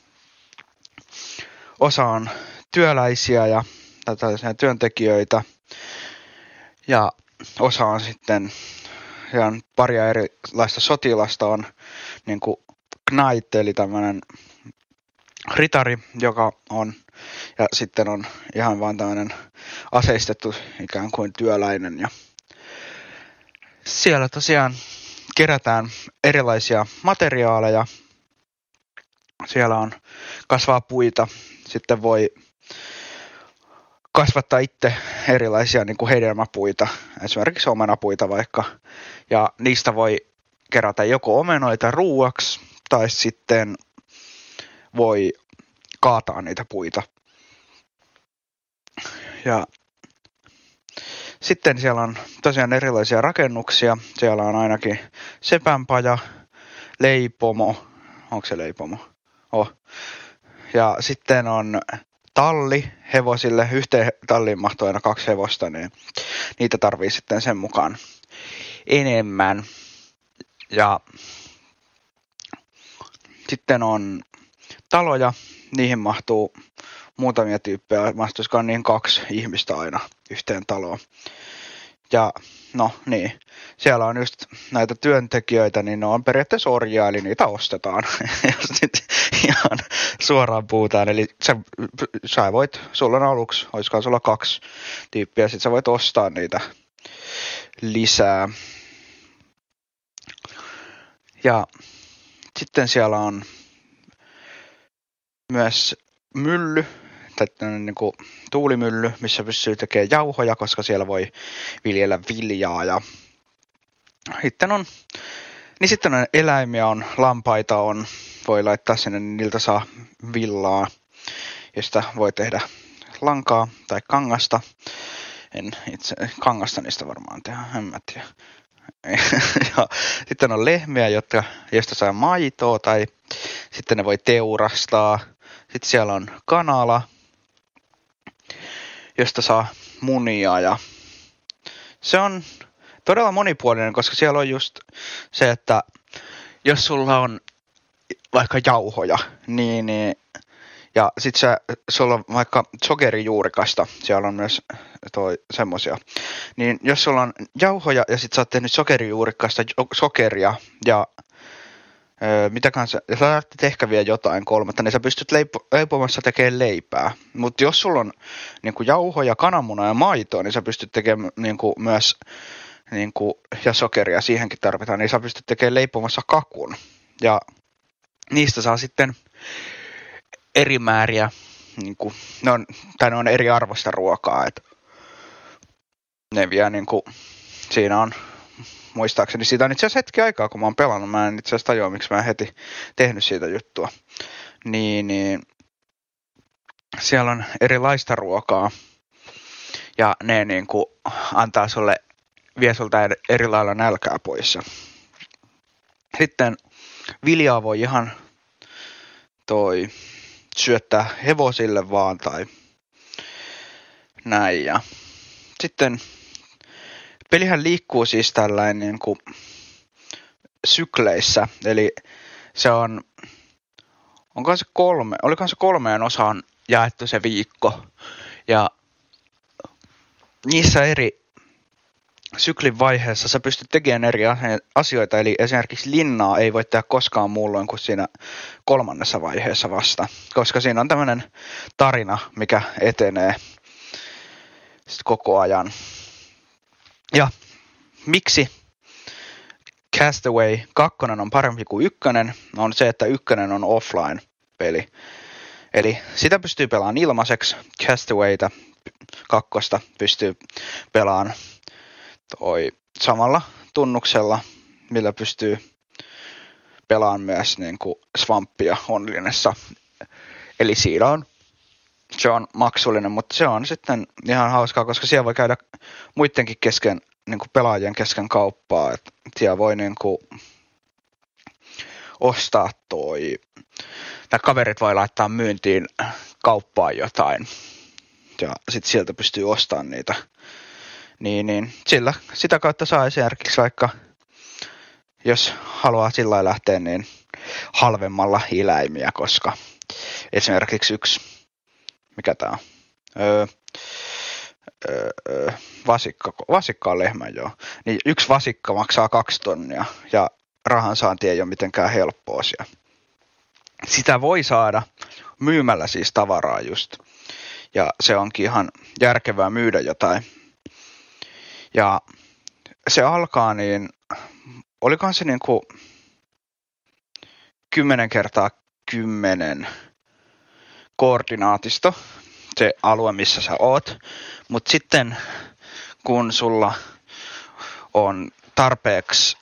osa on työläisiä ja tällaisia työntekijöitä ja osa on sitten ja paria erilaista sotilasta on niin kuin knight, eli tämmöinen ritari, joka on, ja sitten on ihan vaan tämmöinen aseistettu ikään kuin työläinen. Ja siellä tosiaan kerätään erilaisia materiaaleja. Siellä on kasvaa puita, sitten voi kasvattaa itse erilaisia niin kuin hedelmäpuita, esimerkiksi omenapuita vaikka, ja niistä voi kerätä joko omenoita ruuaksi, tai sitten voi kaataa niitä puita. Ja sitten siellä on tosiaan erilaisia rakennuksia, siellä on ainakin sepänpaja, leipomo, onko se leipomo? Ja sitten on talli hevosille, yhteen talliin mahtuu aina 2 hevosta, niin niitä tarvii sitten sen mukaan enemmän. Ja sitten on taloja, niihin mahtuu muutamia tyyppejä, mahtuisikaan niin 2 ihmistä aina yhteen taloon. Ja no niin, siellä on just näitä työntekijöitä, niin ne on periaatteessa orjia, eli niitä ostetaan, jos nyt ihan suoraan puhutaan. Eli sä voit, sulla on aluksi, olisikohan sulla 2 tyyppiä, sit sä voit ostaa niitä lisää. Ja sitten siellä on myös mylly, tai niin kuin tuulimylly, missä pystyy tekemään jauhoja, koska siellä voi viljellä viljaa. Ja sitten on eläimiä, on lampaita, on voi laittaa sinne, niin niiltä saa villaa, josta voi tehdä lankaa tai kangasta. En itse kangasta niistä varmaan tehdä, en mä tiedä. Ja sitten on lehmiä, joista saa maitoa tai sitten ne voi teurastaa. Sitten siellä on kanala, josta saa munia ja se on todella monipuolinen, koska siellä on just se, että jos sulla on vaikka jauhoja, niin ja sit sulla on vaikka sokerijuurikasta, siellä on myös semmosia. Niin jos sulla on jauhoja ja sit sä oot tehnyt sokerijuurikasta sokeria ja mitäkään sä lähtet ehkä vielä jotain kolmatta, niin sä pystyt leipomassa tekemään leipää. Mutta jos sulla on niinku jauhoja, kananmunaa ja maitoa, niin sä pystyt tekemään niinku myös ja sokeria siihenkin tarvitaan, niin sä pystyt tekemään leipomassa kakun. Ja niistä saa sitten eri määriä, ne on eri arvosta ruokaa, että ne vielä siinä on, muistaakseni siitä on itse asiassa hetki aikaa, kun mä oon pelannut, mä en itse asiassa tajua, miksi mä en heti tehnyt siitä juttua, niin siellä on erilaista ruokaa, ja ne antaa sulle, vie sulta eri lailla nälkää pois. Sitten viljaa voi ihan syöttää hevosille vaan tai näin. Ja sitten pelihän liikkuu siis tällainen sykleissä, eli se on, olikohan se 3 osaan jaettu se viikko, ja niissä eri syklin vaiheessa sä pystyt tekemään eri asioita, eli esimerkiksi linnaa ei voi tehdä koskaan muulloin kuin siinä 3. vaiheessa vasta, koska siinä on tämmöinen tarina, mikä etenee koko ajan. Ja miksi Castaway 2 on parempi kuin 1, on se, että 1 on offline-peli. Eli sitä pystyy pelaamaan ilmaiseksi, Castawayta 2 pystyy pelaamaan samalla tunnuksella, millä pystyy pelaamaan myös Swampia Onlinessa. Eli se on maksullinen, mutta se on sitten ihan hauskaa, koska siellä voi käydä muidenkin kesken, pelaajien kesken kauppaa. Että siellä voi ostaa tai kaverit voi laittaa myyntiin kauppaan jotain. Ja sitten sieltä pystyy ostamaan niitä. Niin sitä kautta saa esimerkiksi vaikka, jos haluaa sillä lailla lähteä, niin halvemmalla eläimiä, koska esimerkiksi yksi, mikä tää on, vasikka on lehmä, joo, niin yksi vasikka maksaa 2 tonnia ja rahan saanti ei ole mitenkään helppoa siellä. Sitä voi saada myymällä siis tavaraa just, ja se onkin ihan järkevää myydä jotain. Ja se alkaa olikohan se 10x10 koordinaatisto, se alue, missä sä oot. Mutta sitten kun sulla on tarpeeksi,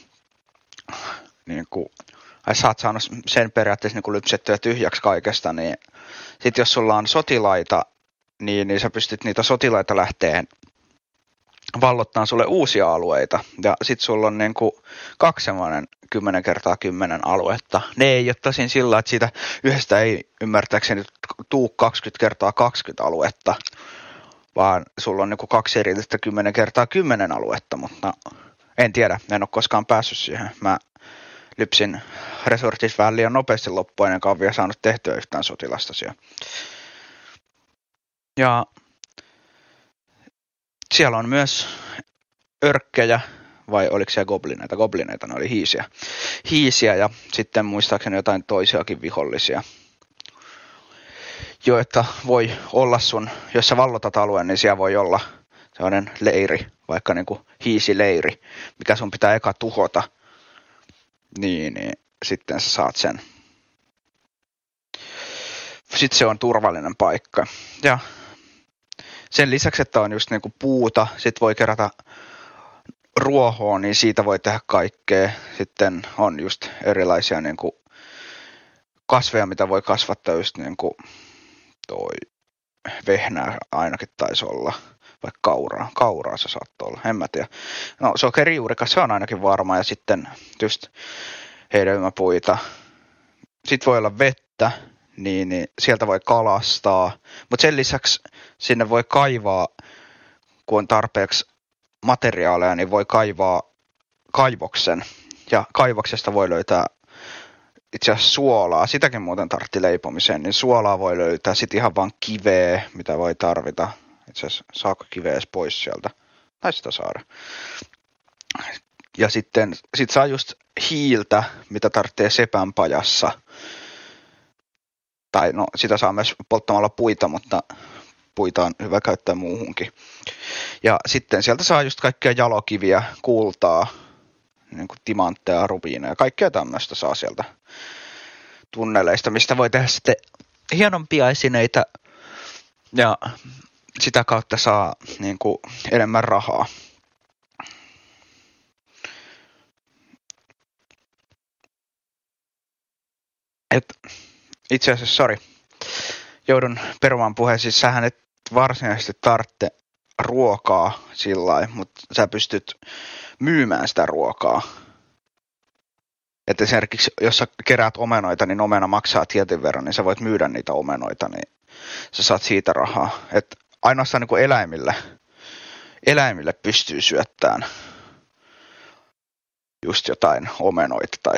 sä oot saanut sen periaatteessa lypsettyä tyhjäksi kaikesta, niin sitten jos sulla on sotilaita, niin sä pystyt niitä sotilaita lähteen vallottaa sulle uusia alueita, ja sit sulla on 2 semmoinen 10x10 aluetta. Ne ei ole tosin sillä, että siitä yhdestä ei ymmärtääkseni tuu 20x20 aluetta, vaan sulla on 2 erillistä 10x10 aluetta, mutta en tiedä, en ole koskaan päässyt siihen. Mä lypsin Resources vähän liian nopeasti loppuun, ennen kuin vielä saanut tehtyä yhtään sotilasta siellä. Ja siellä on myös örkkejä, vai oliko siellä goblineita? Goblineita, ne oli hiisiä ja sitten muistaakseni jotain toisiakin vihollisia, joita voi olla jos sä vallotat alueen, niin siellä voi olla sellainen leiri, vaikka hiisileiri, mikä sun pitää eka tuhota, niin sitten sä saat sen. Sitten se on turvallinen paikka. Ja sen lisäksi, että on just puuta, sit voi kerätä ruohoa, niin siitä voi tehdä kaikkea. Sitten on just erilaisia kasveja, mitä voi kasvattaa just niin kuin toi vehnää ainakin taisi olla, vaikka kauraa se saattoi olla, en mä tiedä. No sokerijuurika, se on ainakin varma, ja sitten just hedelmäpuita. Sitten voi olla vettä, niin sieltä voi kalastaa, mutta sen lisäksi sinne voi kaivaa, kun on tarpeeksi materiaaleja, niin voi kaivaa kaivoksen, ja kaivoksesta voi löytää itse asiassa suolaa, sitäkin muuten tartti leipomiseen, niin suolaa voi löytää, sitten ihan vaan kiveä, mitä voi tarvita. Itse asiassa saako kiveä edes pois sieltä? Tai sitä saada. Ja sitten saa just hiiltä, mitä tarvitsee sepänpajassa. Tai no, sitä saa myös polttamalla puita, mutta puita on hyvä käyttää muuhunkin. Ja sitten sieltä saa just kaikkea jalokiviä, kultaa, niin kuin timantteja, rubiineja, kaikkea tämmöistä saa sieltä tunneleista, mistä voi tehdä sitten hienompia esineitä ja sitä kautta saa niin kuin enemmän rahaa. Itse asiassa, joudun perumaan puheen, siis sähän et varsinaisesti tarvitse ruokaa sillä, mutta sä pystyt myymään sitä ruokaa. Että esimerkiksi jos sä keräät omenoita, niin omena maksaa tietyn verran, niin sä voit myydä niitä omenoita, niin sä saat siitä rahaa. Että ainoastaan niin kuin eläimille pystyy syöttämään just jotain omenoita tai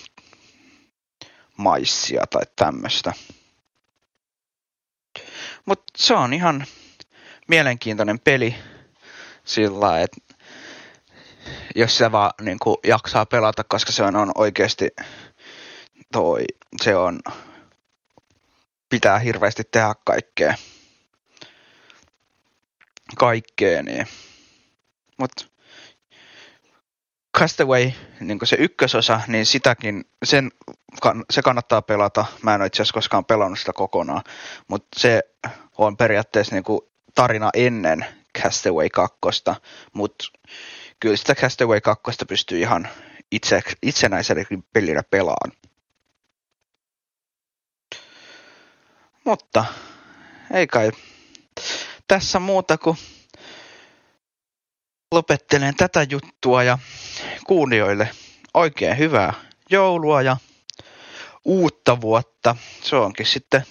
maissia tai tämmöistä. Mutta se on ihan mielenkiintoinen peli sillä, että jos se vaan niin kuin jaksaa pelata, koska se on oikeasti pitää hirveästi tehdä kaikkea niin. Mut Castaway, niin kuin se ykkösosa, niin sitäkin, se kannattaa pelata. Mä en ole itse asiassa koskaan pelannut sitä kokonaan, mutta se on periaatteessa niin kuin tarina ennen Castaway 2, mutta kyllä sitä Castaway 2 pystyy ihan itsenäiselläkin pelillä pelaan. Mutta ei kai tässä muuta kuin lopettelen tätä juttua ja kuulijoille oikein hyvää joulua ja uutta vuotta. Se onkin sitten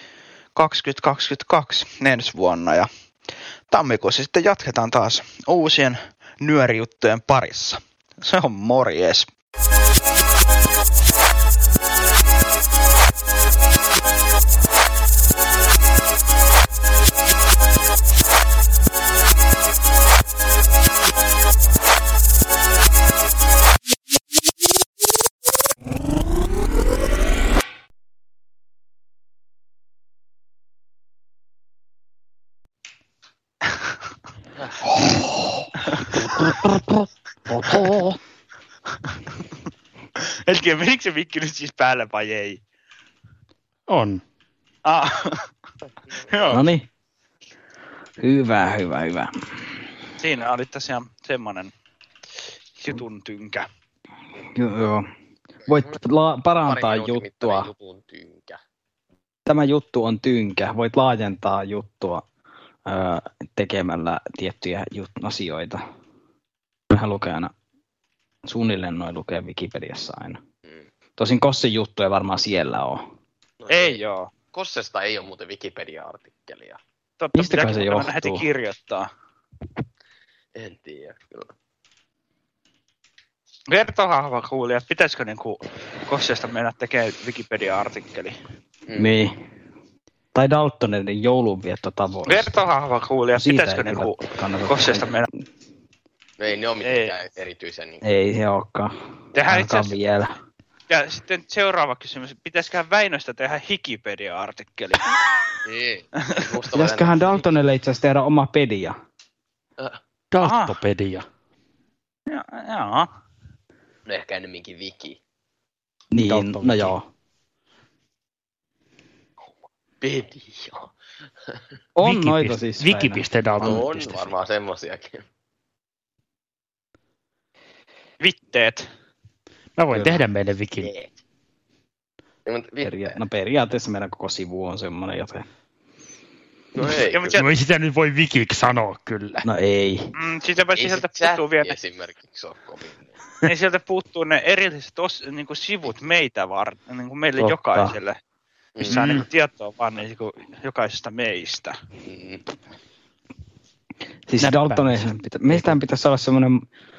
2022 ensi vuonna ja tammikuussa sitten jatketaan taas uusien nyörijuttujen parissa. Se on morjes. Hetken, menikö se mikki nyt siis päälle vai ei? On. Joo. Noniin. Hyvä. Siinä oli tosiaan semmonen jutun tynkä. Joo. Voit parantaa juttua. Jutun tynkä. Tämä juttu on tynkä. Voit laajentaa juttua tekemällä tiettyjä asioita. Mähän lukee aina, suunnilleen noin lukee Wikipediassa aina. Tosin Kossin juttuja varmaan siellä on. No, ei oo. Kossesta ei ole muuten Wikipedia-artikkelia. Totta, mistäköhän se johtuu? Heti kirjoittaa. En tiedä kyllä. Vertohahva kuulija, pitäisikö niinku Kossesta mennä tekemään Wikipedia-artikkeli? Niin. Tai Daltoneiden joulunviettotavoista. Vertohahva kuulija, pitäisikö niinku Kossesta mennä? No ei ne ole mitenkään erityisen. Niin... Ei se olekaan. Tehdään itse asiassa vielä. Ja sitten seuraava kysymys. Pitäisiköhän Väinöstä tehdä Wikipedia-artikkeli? Niin. Pitäisiköhän Daltonelle itse asiassa tehdä oma pedia? Daltopedia. Joo. No ehkä ennemminkin wiki. Niin, no joo. Pedia. On noita siis. Wiki.dalton. On varmaan semmosiakin. Vitteet. Mä voin tehdä meille wikin. Periaatteessa meidän koko sivu on semmoinen, joten... No ei. No ei sitä nyt voi wikiksi sanoa kyllä. No ei. Sieltä puuttuu vielä... esimerkiksi ole kovin. Niin sieltä puuttuu ne erilliset niinku sivut meitä varten, niinku meille jokaiselle. Missä on niinku tietoa vaan niinku jokaisesta meistä. Siis Daltonen, meistä pitäisi olla semmoinen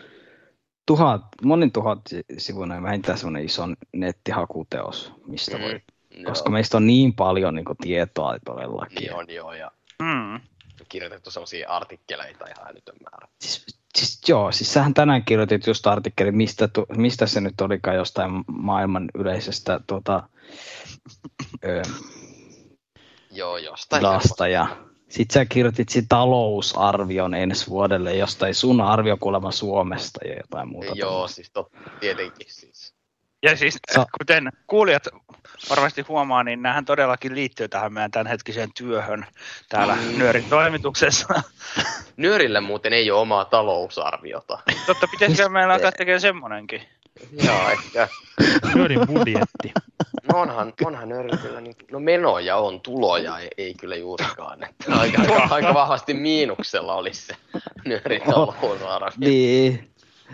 monin tuhat sivuinen, vähintään semmoinen iso nettihakuteos, mistä voi. Koska meistä on niin paljon niin kuin tietoa todellakin. Niin on joo, ja kirjoitettu sellaisia artikkeleita ihan älytön määrä. Siis sähän tänään kirjoitit just artikkelin, mistä se nyt olikaan jostain maailman yleisestä joo, jostain. Dasta, ja sit sä kirjoitit talousarvion ensi vuodelle, jostain sun arvio kuulemma Suomesta ja jotain muuta. Joo, siis tietenkin siis. Ja siis, kuten kuulijat varmasti huomaa, niin näähän todellakin liittyy tähän meidän tämänhetkiseen työhön täällä Nyörin toimituksessa. Nyörillä muuten ei ole omaa talousarviota. Totta, pitäisikö meillä alkaa tekemään semmonenkin? Joo, ehkä. Nyörin budjetti. No onhan Nyörillä kyllä, no menoja on, tuloja ei kyllä juurikaan. Että aika vahvasti miinuksella olisi se Nyörin talousarvio. Niin.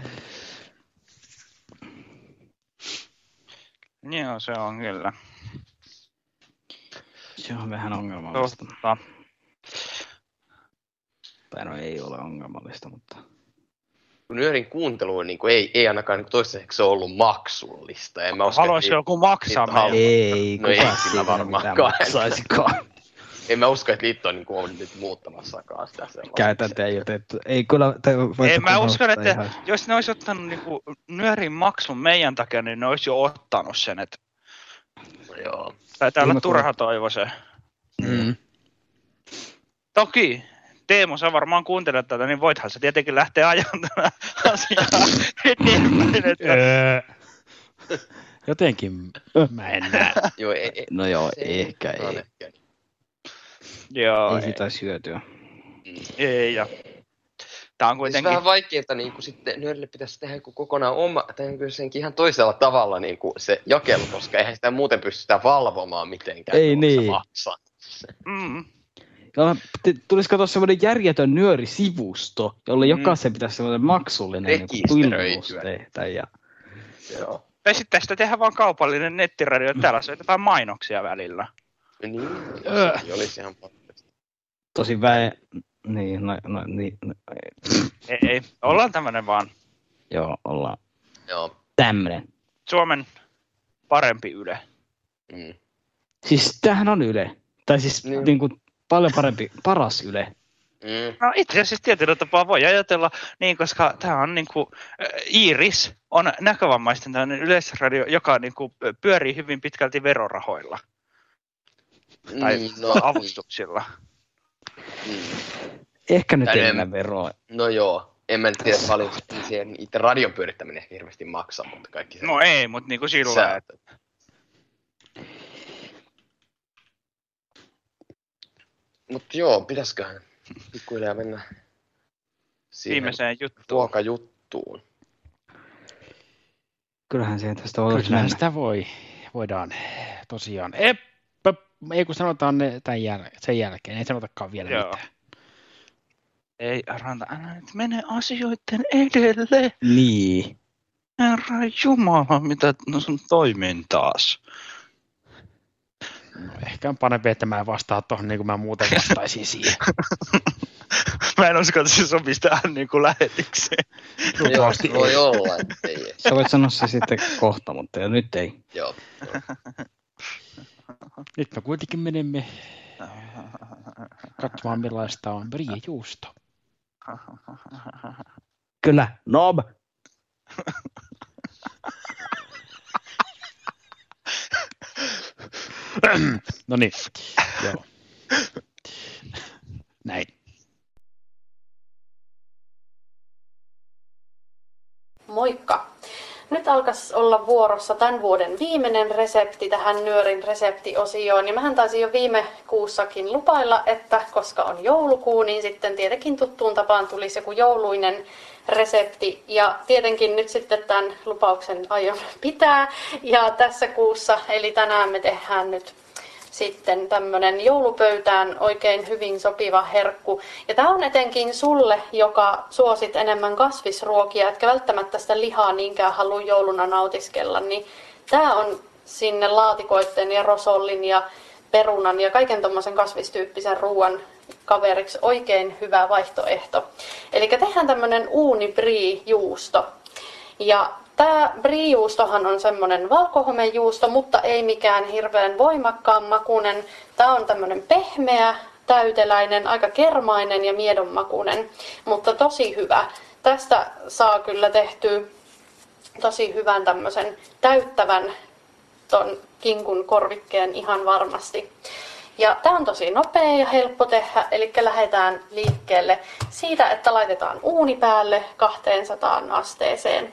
Joo, se on kyllä. Se on vähän ongelmallista. Totta. Tai no ei ole ongelmallista, mutta... Nyörin kuuntelu niin ei ainakaan niin toistaiseksi ole ollut maksullista. Haluaisi joku maksaa meille? Ei, no ei kyllä varmaankaan. Maksaisikaan. En mä usko, että liitto on, niin on nyt muuttamassakaan sitä sellaista. Käytäntö ei ole tehty. Ei kyllä... En mä usko, että ihan... jos ne olisi ottanut niin kuin Nyörin maksun meidän takia, niin ne olisi jo ottanut sen. Että... Joo. Taitaa olla turha toivo se. Toki, Teemu, sä varmaan kuuntelet tätä, niin voithan sä tietenkin lähteä ajamaan tätä asiaa eteenpäin. Että... Jotenkin mä en näe. Joo, no joo, ehkä ei. Joo, ei sitä hyötyä. Ei, ja tää on kuitenkin... Siis vähän vaikeeta, niin kuin sitten Nyörille pitäisi tehdä joku kokonaan oma, tai kyllä senkin ihan toisella tavalla niin kuin se jakelu, koska eihän sitä muuten pystytä valvomaan mitenkään. Ei niin. Tulisiko tuossa semmoinen järjetön Nyöri-sivusto, jolle jokaisen pitäisi semmoinen maksullinen ilmoitus tehdä. Ja... Joo. Tai sitten tästä tehdään vaan kaupallinen nettiradio, täällä soitetaan mainoksia välillä. Niin, olisi ihan pakkasta. Tosi niin. Ei, ollaan tämmönen vaan. Joo, ollaan. Joo. Tämmönen. Suomen parempi Yle. Siis tämähän on Yle. Tai siis niinku paljon parempi, paras Yle. No itse asiassa tietyllä tapaa voi ajatella niin, koska tämä on niinku, Iiris on näkövammaisten tämmöinen yleisradio, joka niinku pyörii hyvin pitkälti verorahoilla. Tai avustuksilla. Ehkä nyt enemmän veroa. No joo, en mä tiedä paljon siihen itse radion pyörittäminen ehkä hirveästi maksaa, mutta kaikki se... No ei, mutta niinku sillä että... Mut joo, pitäisiköhän pikkuhiljaa mennä siihen viimeiseen juttuun. Ruokajuttuun. Kyllähän siihen tästä voisi mennä. Sitä voidaan tosiaan. Ei kun sanotaan ne sen jälkeen, ei sanotakaan vielä mitään. Ei, Ranta, älä nyt mene asioiden edelle. Niin. Herra Jumala, mitä sun toimin taas? No, ehkä on parempi, että mä en vastaa tuohon niin kuin mä muuten vastaisin siihen. Mä en usko, että se sopisi tähän niin kuin lähetykseen. Joo, voi olla, ettei. Sä voit sanoa se sitten kohta, mutta nyt ei. Joo. Nyt me kuitenkin menemme katsomaan, millaista on brie-juusto. Kyllä, Nob. No niin, joo. Näin. Moikka! nyt alkaisi olla vuorossa tämän vuoden viimeinen resepti tähän nyörin reseptiosioon. Ja mähän taisin jo viime kuussakin lupailla, että koska on joulukuu, niin sitten tietenkin tuttuun tapaan tulisi joku jouluinen resepti. Ja tietenkin nyt sitten tämän lupauksen aion pitää. Ja tässä kuussa, eli tänään me tehdään nyt sitten tämmönen joulupöytään oikein hyvin sopiva herkku. Ja tämä on etenkin sulle, joka suosit enemmän kasvisruokia, etkä välttämättä sitä lihaa niinkään halua jouluna nautiskella, niin tämä on sinne laatikoitten ja rosollin ja perunan ja kaiken tommosen kasvistyyppisen ruoan kaveriksi oikein hyvä vaihtoehto. Eli tehdään tämmönen uuni-brie-juusto. Ja tämä brie-juustohan on semmoinen valkohomejuusto, mutta ei mikään hirveän voimakkaan makuinen. Tämä on tämmöinen pehmeä, täyteläinen, aika kermainen ja miedon makuinen, mutta tosi hyvä. Tästä saa kyllä tehtyä tosi hyvän tämmöisen täyttävän ton kinkun korvikkeen ihan varmasti. Ja tämä on tosi nopea ja helppo tehdä, eli lähdetään liikkeelle siitä, että laitetaan uuni päälle 200 asteeseen.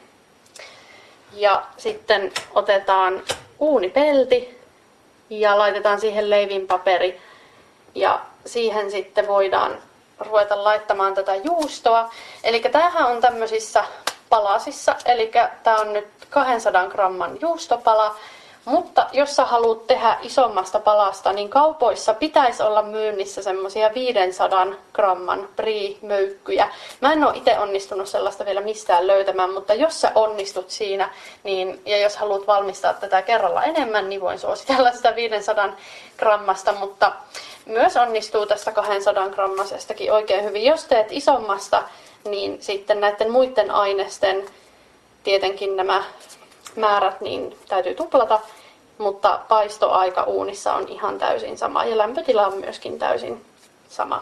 Ja sitten otetaan uunipelti ja laitetaan siihen leivinpaperi. Ja siihen sitten voidaan ruveta laittamaan tätä juustoa. Eli tämähän on tämmöisissä palasissa, eli tämä on nyt 200 gramman juustopala. Mutta jos sä haluat tehdä isommasta palasta, niin kaupoissa pitäisi olla myynnissä semmoisia 500 gramman brie-möykkyjä. Mä en ole itse onnistunut sellaista vielä mistään löytämään, mutta jos sä onnistut siinä, niin, ja jos haluat valmistaa tätä kerralla enemmän, niin voin suositella sitä 500 grammasta, mutta myös onnistuu tästä 200 grammasestakin oikein hyvin. Jos teet isommasta, niin sitten näiden muiden ainesten, tietenkin nämä määrät, niin täytyy tuplata, mutta paistoaika uunissa on ihan täysin sama ja lämpötila on myöskin täysin sama.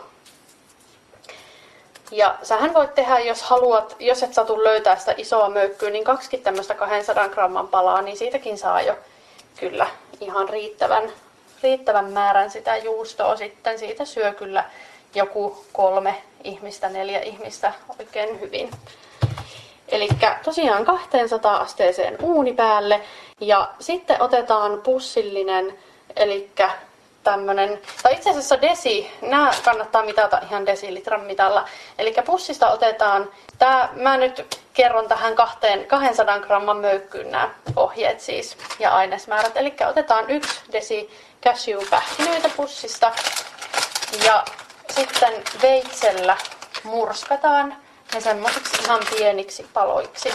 Ja sähän voit tehdä, jos haluat, jos et satu löytää sitä isoa möykkyä, niin 2 tämmöistä 200 gramman palaa, niin siitäkin saa jo kyllä ihan riittävän määrän sitä juustoa sitten. Siitä syö kyllä joku 3 ihmistä, 4 ihmistä oikein hyvin. Eli tosiaan 200 asteeseen uuni päälle ja sitten otetaan pussillinen, eli tämmönen, tai itse asiassa desi, nämä kannattaa mitata ihan desilitran mitalla. Eli pussista otetaan, mä nyt kerron tähän 200 gramman möykkyyn nämä ohjeet siis ja ainesmäärät. Eli otetaan 1 desi cashew-pähkinöitä pussista ja sitten veitsellä murskataan ne semmoisiksi ihan pieniksi paloiksi.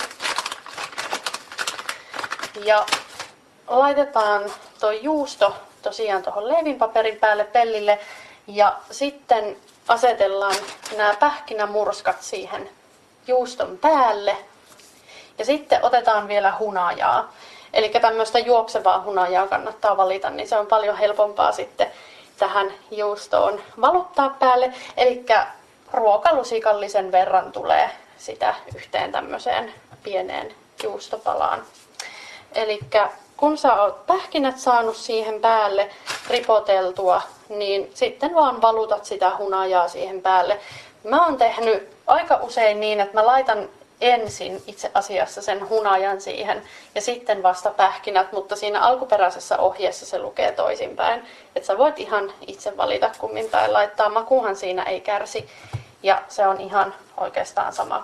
Ja laitetaan tuo juusto tosiaan tuohon leivinpaperin päälle pellille ja sitten asetellaan nämä pähkinämurskat siihen juuston päälle. Ja sitten otetaan vielä hunajaa. Eli tämmöistä juoksevaa hunajaa kannattaa valita, niin se on paljon helpompaa sitten tähän juustoon valuttaa päälle. Eli ruokalusikallisen verran tulee sitä yhteen tämmöiseen pieneen juustopalaan. Eli kun sä oot pähkinät saanut siihen päälle ripoteltua, niin sitten vaan valutat sitä hunajaa siihen päälle. Mä oon tehnyt aika usein niin, että mä laitan ensin itse asiassa sen hunajan siihen ja sitten vasta pähkinät, mutta siinä alkuperäisessä ohjeessa se lukee toisinpäin. Että sä voit ihan itse valita kummin päin laittaa, makuhan siinä ei kärsi ja se on ihan oikeastaan sama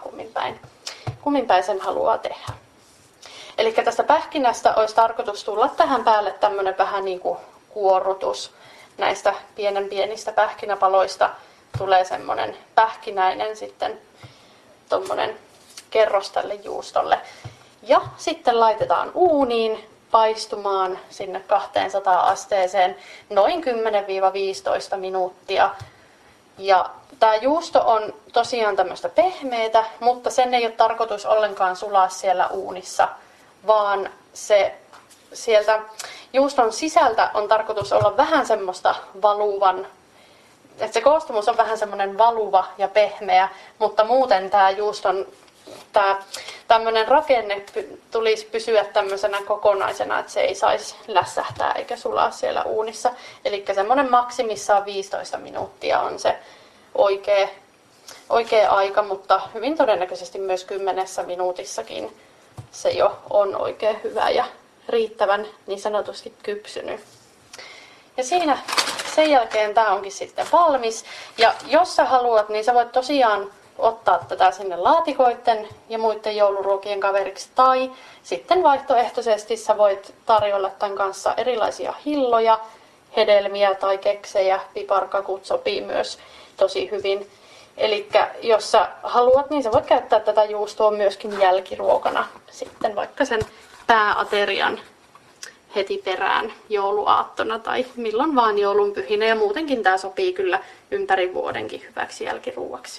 kummin päin sen haluaa tehdä. Eli tästä pähkinästä olisi tarkoitus tulla tähän päälle tämmöinen vähän niin kuin kuorrutus. Näistä pienistä pähkinäpaloista tulee semmoinen pähkinäinen sitten tommonen kerros tälle juustolle. Ja sitten laitetaan uuniin paistumaan sinne 200 asteeseen noin 10-15 minuuttia. Ja tämä juusto on tosiaan tämmöistä pehmeätä, mutta sen ei ole tarkoitus ollenkaan sulaa siellä uunissa, vaan se sieltä juuston sisältä on tarkoitus olla vähän semmoista valuvan, että se koostumus on vähän semmoinen valuva ja pehmeä, mutta muuten tämä juuston tämmöinen rakenne tulisi pysyä tämmöisenä kokonaisena, että se ei saisi lässähtää eikä sulaa siellä uunissa. Eli semmoinen maksimissaan 15 minuuttia on se oikea aika, mutta hyvin todennäköisesti myös 10 minuutissakin se jo on oikein hyvä ja riittävän niin sanotusti kypsynyt. Ja siinä sen jälkeen tämä onkin sitten valmis. Ja jos sä haluat, niin sä voit tosiaan ottaa tätä sinne laatikoiden ja muiden jouluruokien kaveriksi. Tai sitten vaihtoehtoisesti sä voit tarjolla tämän kanssa erilaisia hilloja, hedelmiä tai keksejä. Piparkakut sopii myös tosi hyvin. Eli jos sä haluat, niin sä voit käyttää tätä juustoa myöskin jälkiruokana. Sitten vaikka sen pääaterian heti perään jouluaattona tai milloin vaan joulunpyhinä. Ja muutenkin tämä sopii kyllä ympäri vuodenkin hyväksi jälkiruuaksi.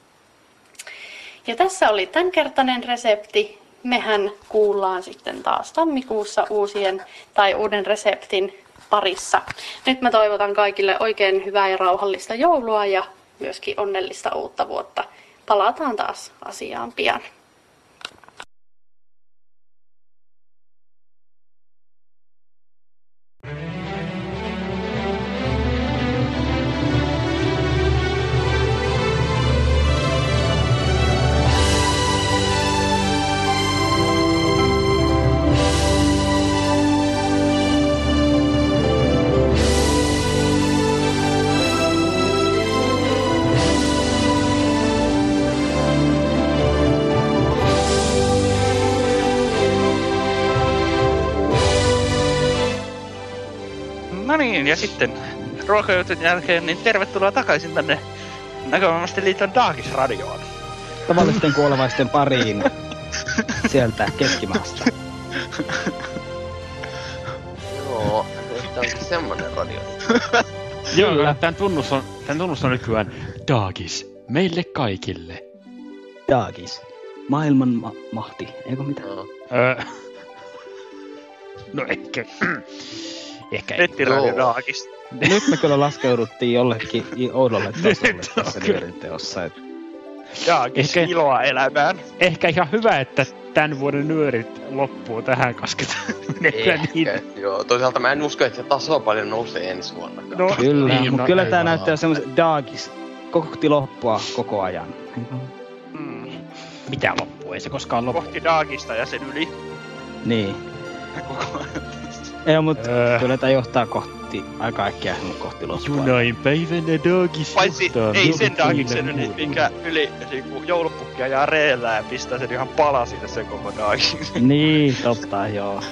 Ja tässä oli tämänkertainen resepti. Mehän kuullaan sitten taas tammikuussa uuden reseptin parissa. Nyt mä toivotan kaikille oikein hyvää ja rauhallista joulua ja myöskin onnellista uutta vuotta. Palataan taas asiaan pian. No niin, ja sitten ruokajutun jälkeen, niin tervetuloa takaisin tänne Näkövammaisten liiton Daakis-radioon. Tavallisten kuolevaisten pariin sieltä keskimaasta. Joo, tämä onkin semmonen radio. Joo, tämän tunnus on nykyään Daakis. Meille kaikille. Daakis. Maailman mahti, eikö mitään? No ehkä ei. Nettiradio Daakis. Nyt me kyllä laskeuduttiin jollekin oudolle tasolle tässä nyörinteossa. Daakis iloa elämään. Ehkä ihan hyvä, että tämän vuoden nyörit loppuu tähän, koska Joo, toisaalta mä en usko, että se taso paljon nousee ensi vuonna. No, kyllä, niin, mutta kyllä tää näyttää semmoisen Daakis kohti loppua koko ajan. Mitä loppuu? Ei se koskaan loppu. Kohti Daakista ja sen yli. Niin. Koko ajan. Ei, mutta kyllä tää johtaa aika äkkiä kohti loppua. Junain päivänä Daakis. Paitsi ei sen Daakiksen, minkä yli niinku joulupukkia ja reellä ja pistää sen ihan palasille sen koko Daakiksen. Niin, totta, joo.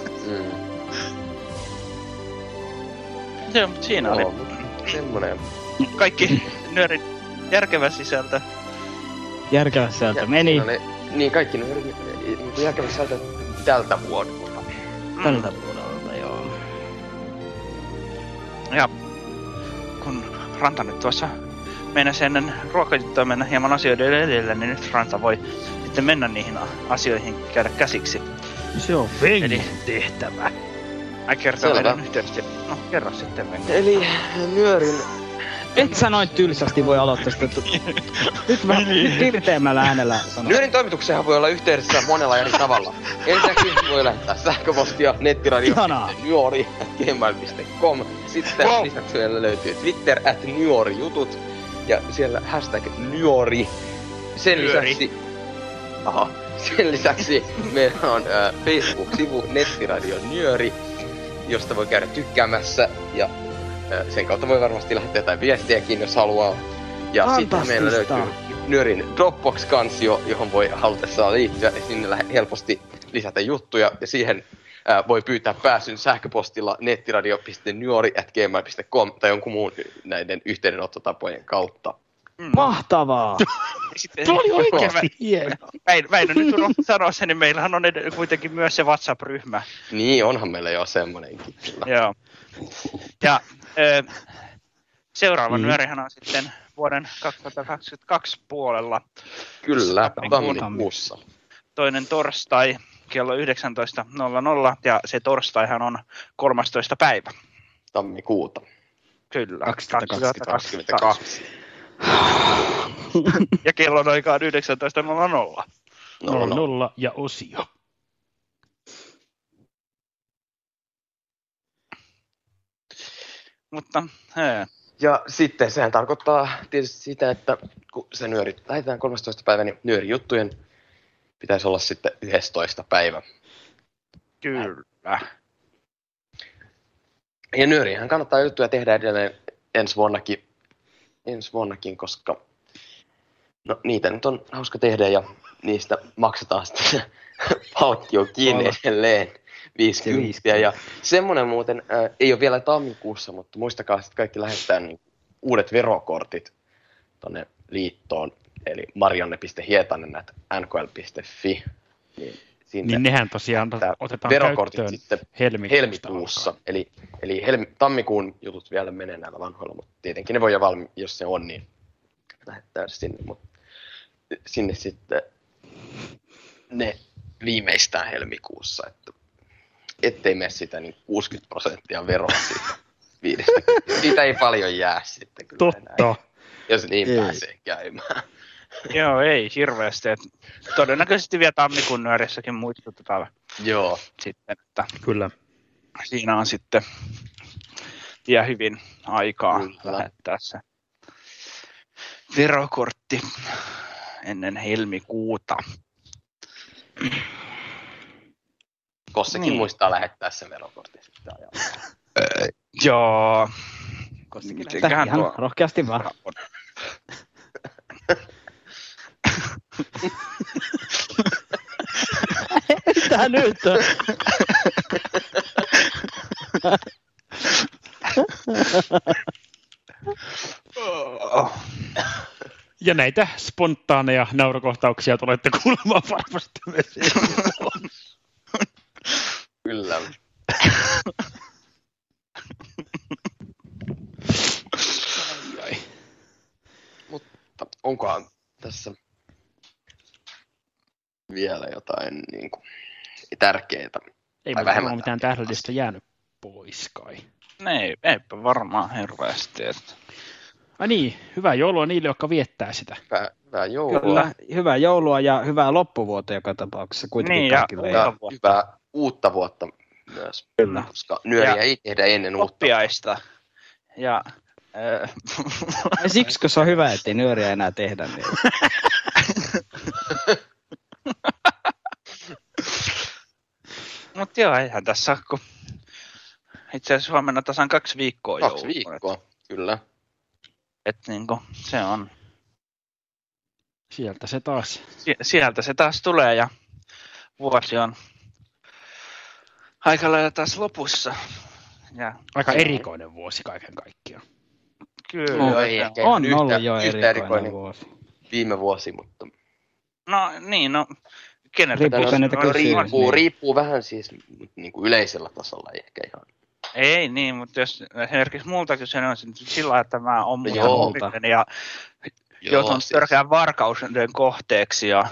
Joo, mutta siinä oli semmonen. kaikki nyörin järkevä sisältö. Järkevä sisältö meni. Niin, kaikki nyörin järkevä sisältö tältä vuodelta. Tältä vuodelta, joo. Ja kun Ranta nyt tuossa meinasi ennen ruokajuttua mennä hieman asioiden edelle, niin nyt Ranta voi sitten mennä niihin asioihin käydä käsiksi. Se on Vengen tehtävä. Ai kertoo meidän yhteydessä. No, kerro sitten Vengen. Eli nyörin... Et sä noin tylsästi voi aloittaa sitä. Nyt pirteämmällä äänellä sanoa. Nyörin toimitukseenhan voi olla yhteydessä monella eri tavalla. Ensinnäkin voi lähettää sähköpostia nettiradio.nyori@gmail.com. Sitten lisäksi vielä löytyy Twitter @nyorijutut ja siellä #nyori. Sen lisäksi meillä on Facebook-sivu Nettiradio Nyöri, josta voi käydä tykkäämässä ja sen kautta voi varmasti lähettää jotain viestiäkin, jos haluaa. Ja sitten meillä löytyy Nyörin Dropbox-kansio, johon voi halutessaan liittyä ja sinne helposti lisätä juttuja. Ja siihen voi pyytää pääsyn sähköpostilla nettiradio.nyori@gmail.com tai jonkun muun näiden yhteydenottotapojen kautta. Mahtavaa! Tuo oli oikeasti hieno. Väinö nyt unohtaa sanoa sen, niin meillähän on kuitenkin myös se WhatsApp-ryhmä. Niin, onhan meillä jo semmonenkin. Joo. Ja seuraava nyörihän on sitten vuoden 2022 puolella. Kyllä, tammikuussa. Toinen torstai kello 19.00 ja se torstaihan on 13. päivä. Tammikuuta. Kyllä. 2022. Ja kellon aikaan 19.00. 00 ja osio. Mutta, ja sitten sehän tarkoittaa tietysti sitä, että kun se nyöri lähetetään 13. päivä, niin nyörijuttujen pitäisi olla sitten 11. päivä. Kyllä. Ja nyöriinhän kannattaa juttuja tehdä edelleen ensi vuonnakin, koska no, niitä nyt on hauska tehdä ja niistä maksetaan sitten palkkio kiinni edelleen 50. Ja semmoinen muuten ei ole vielä tammikuussa, mutta muistakaa sitten kaikki lähettää niin uudet verokortit tonne liittoon, eli marianne.hietanen@nkl.fi. Niin nehän tosiaan otetaan verokortit käyttöön sitten helmikuussa. Eli tammikuun jutut vielä menee näillä vanhoilla, mutta tietenkin ne voi jo jos se on, niin lähettää sinne. Mutta sinne sitten ne viimeistään helmikuussa, että ettei mene sitä niin 60% veroa siitä 50. Siitä ei paljon jää sitten kyllä totta enää, jos niin pääsee käymään. Joo, ei hirveästi. Todennäköisesti vielä tammikuun nyörissäkin muistutetaan. Joo. Sitten, että kyllä. Siinä on sitten vielä hyvin aikaa lähettää se verokortti ennen helmikuuta. Kossekin muistaa lähettää sen verokortin sitten Joo. Mitenköhän ihan rohkeasti vaan. Mitä nyt? Ja näitä spontaaneja naurukohtauksia tulette kuulemaan varmasti myös. Kyllä. Mutta onkohan tässä vielä jotain niin kuin tärkeää? Ei varmaan mitään tähdellistä jäänyt pois kai. Eipä varmaan hirveästi. Että... Ai niin, hyvää joulua niille, jotka viettää sitä. Hyvää joulua. Kyllä, hyvää joulua ja hyvää loppuvuotta joka tapauksessa. Kuitenkin niin, kaikille. Ja hyvää uutta vuotta myös. Kyllä. Koska nyöriä ei tehdä ennen uutta. Oppiaista. Ja... Siksi, kun se on hyvä, ettei nyöriä enää tehdä. Niin... Mutta joo, eihän tässä kun itse asiassa huomenna tasan 2 viikkoa joulua. 2 viikkoa, kyllä. Että niinku se on... Sieltä se taas. Sieltä se taas tulee ja vuosi on aika lailla taas lopussa. Ja aika erikoinen vuosi kaiken kaikkiaan. Kyllä. Ei ehkä on ollut jo erikoinen vuosi. Viime vuosi, mutta... No niin, no... Riippuu vähän siis niin kuin yleisellä tasolla ehkä ihan. Ei niin, mutta jos esimerkiksi multa kyse on sillä lailla, että mä oon ja joutun törkeän varkauden kohteeksi. Ja,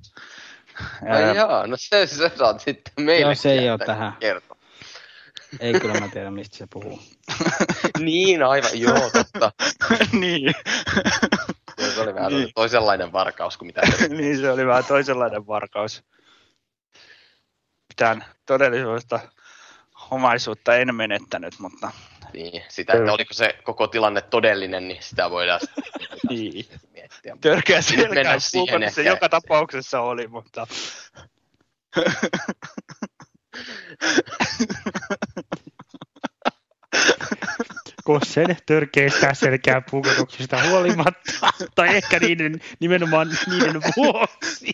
no se saat sitten meille. Joo, se ei ole tähän. Kertoa. Ei kyllä mä tiedä, mistä se puhuu. Niin, aivan, joo, totta. Niin. Se oli vähän toisenlainen varkaus kuin mitä... Niin, se oli vähän toisenlainen varkaus. Mitään todellisuudesta omaisuutta en menettänyt, mutta... Niin, sitä, että oliko se koko tilanne todellinen, niin sitä voidaan niin. miettiä. Törkeä selkää puhunut, se joka tapauksessa oli, mutta... Kossen törkeistä selkää puukotuksista huolimatta, tai ehkä nimenomaan niiden vuoksi.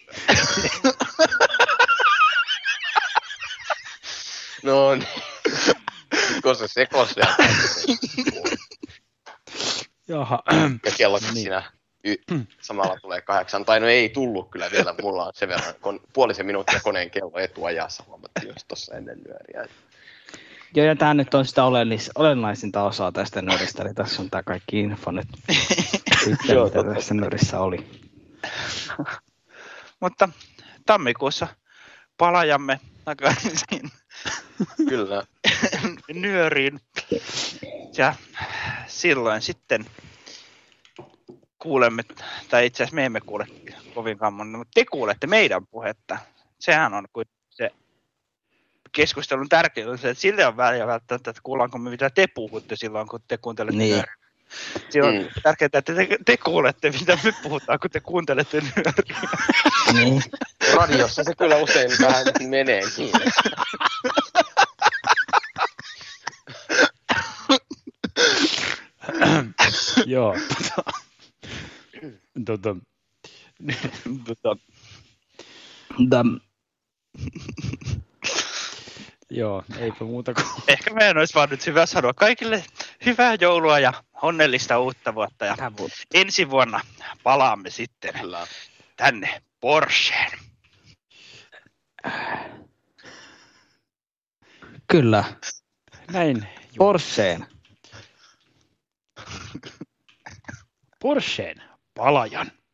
No niin. Kosse sekos ja... Jaha. Ja kellokin niin. Siinä samalla tulee 8. Tai no ei tullut kyllä vielä. Mulla on sen verran puolisen minuuttia koneen kello etuajassa. Huomattiin just tuossa ennen nyöriä. Joo, ja tämä nyt on sitä olennaisinta osaa tästä nöristä, eli tässä on tämä kaikki info nyt, sitten, mitä tässä nörissä oli. Mutta tammikuussa palajamme takaisin kyllä nyöriin, ja silloin sitten kuulemme, tai itse asiassa me emme kuule kovinkaan monta, mutta te kuulette meidän puhetta. Sehän on kuin se keskustelun tärkein on se, että sille on väliä välttämättä, että kuullaanko me mitä te puhutte silloin, kun te kuuntelette nyöriä. Silloin on tärkeää, että te kuulette, mitä me puhutaan, kun te kuuntelette nyöriä. Niin. radiossa se kyllä usein vähän meneekin. Joo. Joo, eipä muuta kuin... Ehkä meidän olisi vaan nyt hyvä sanoa kaikille hyvää joulua ja onnellista uutta vuotta. Ja ensi vuonna palaamme sitten tänne Porscheen. Kyllä. Näin. Porscheen. Porscheen palajan.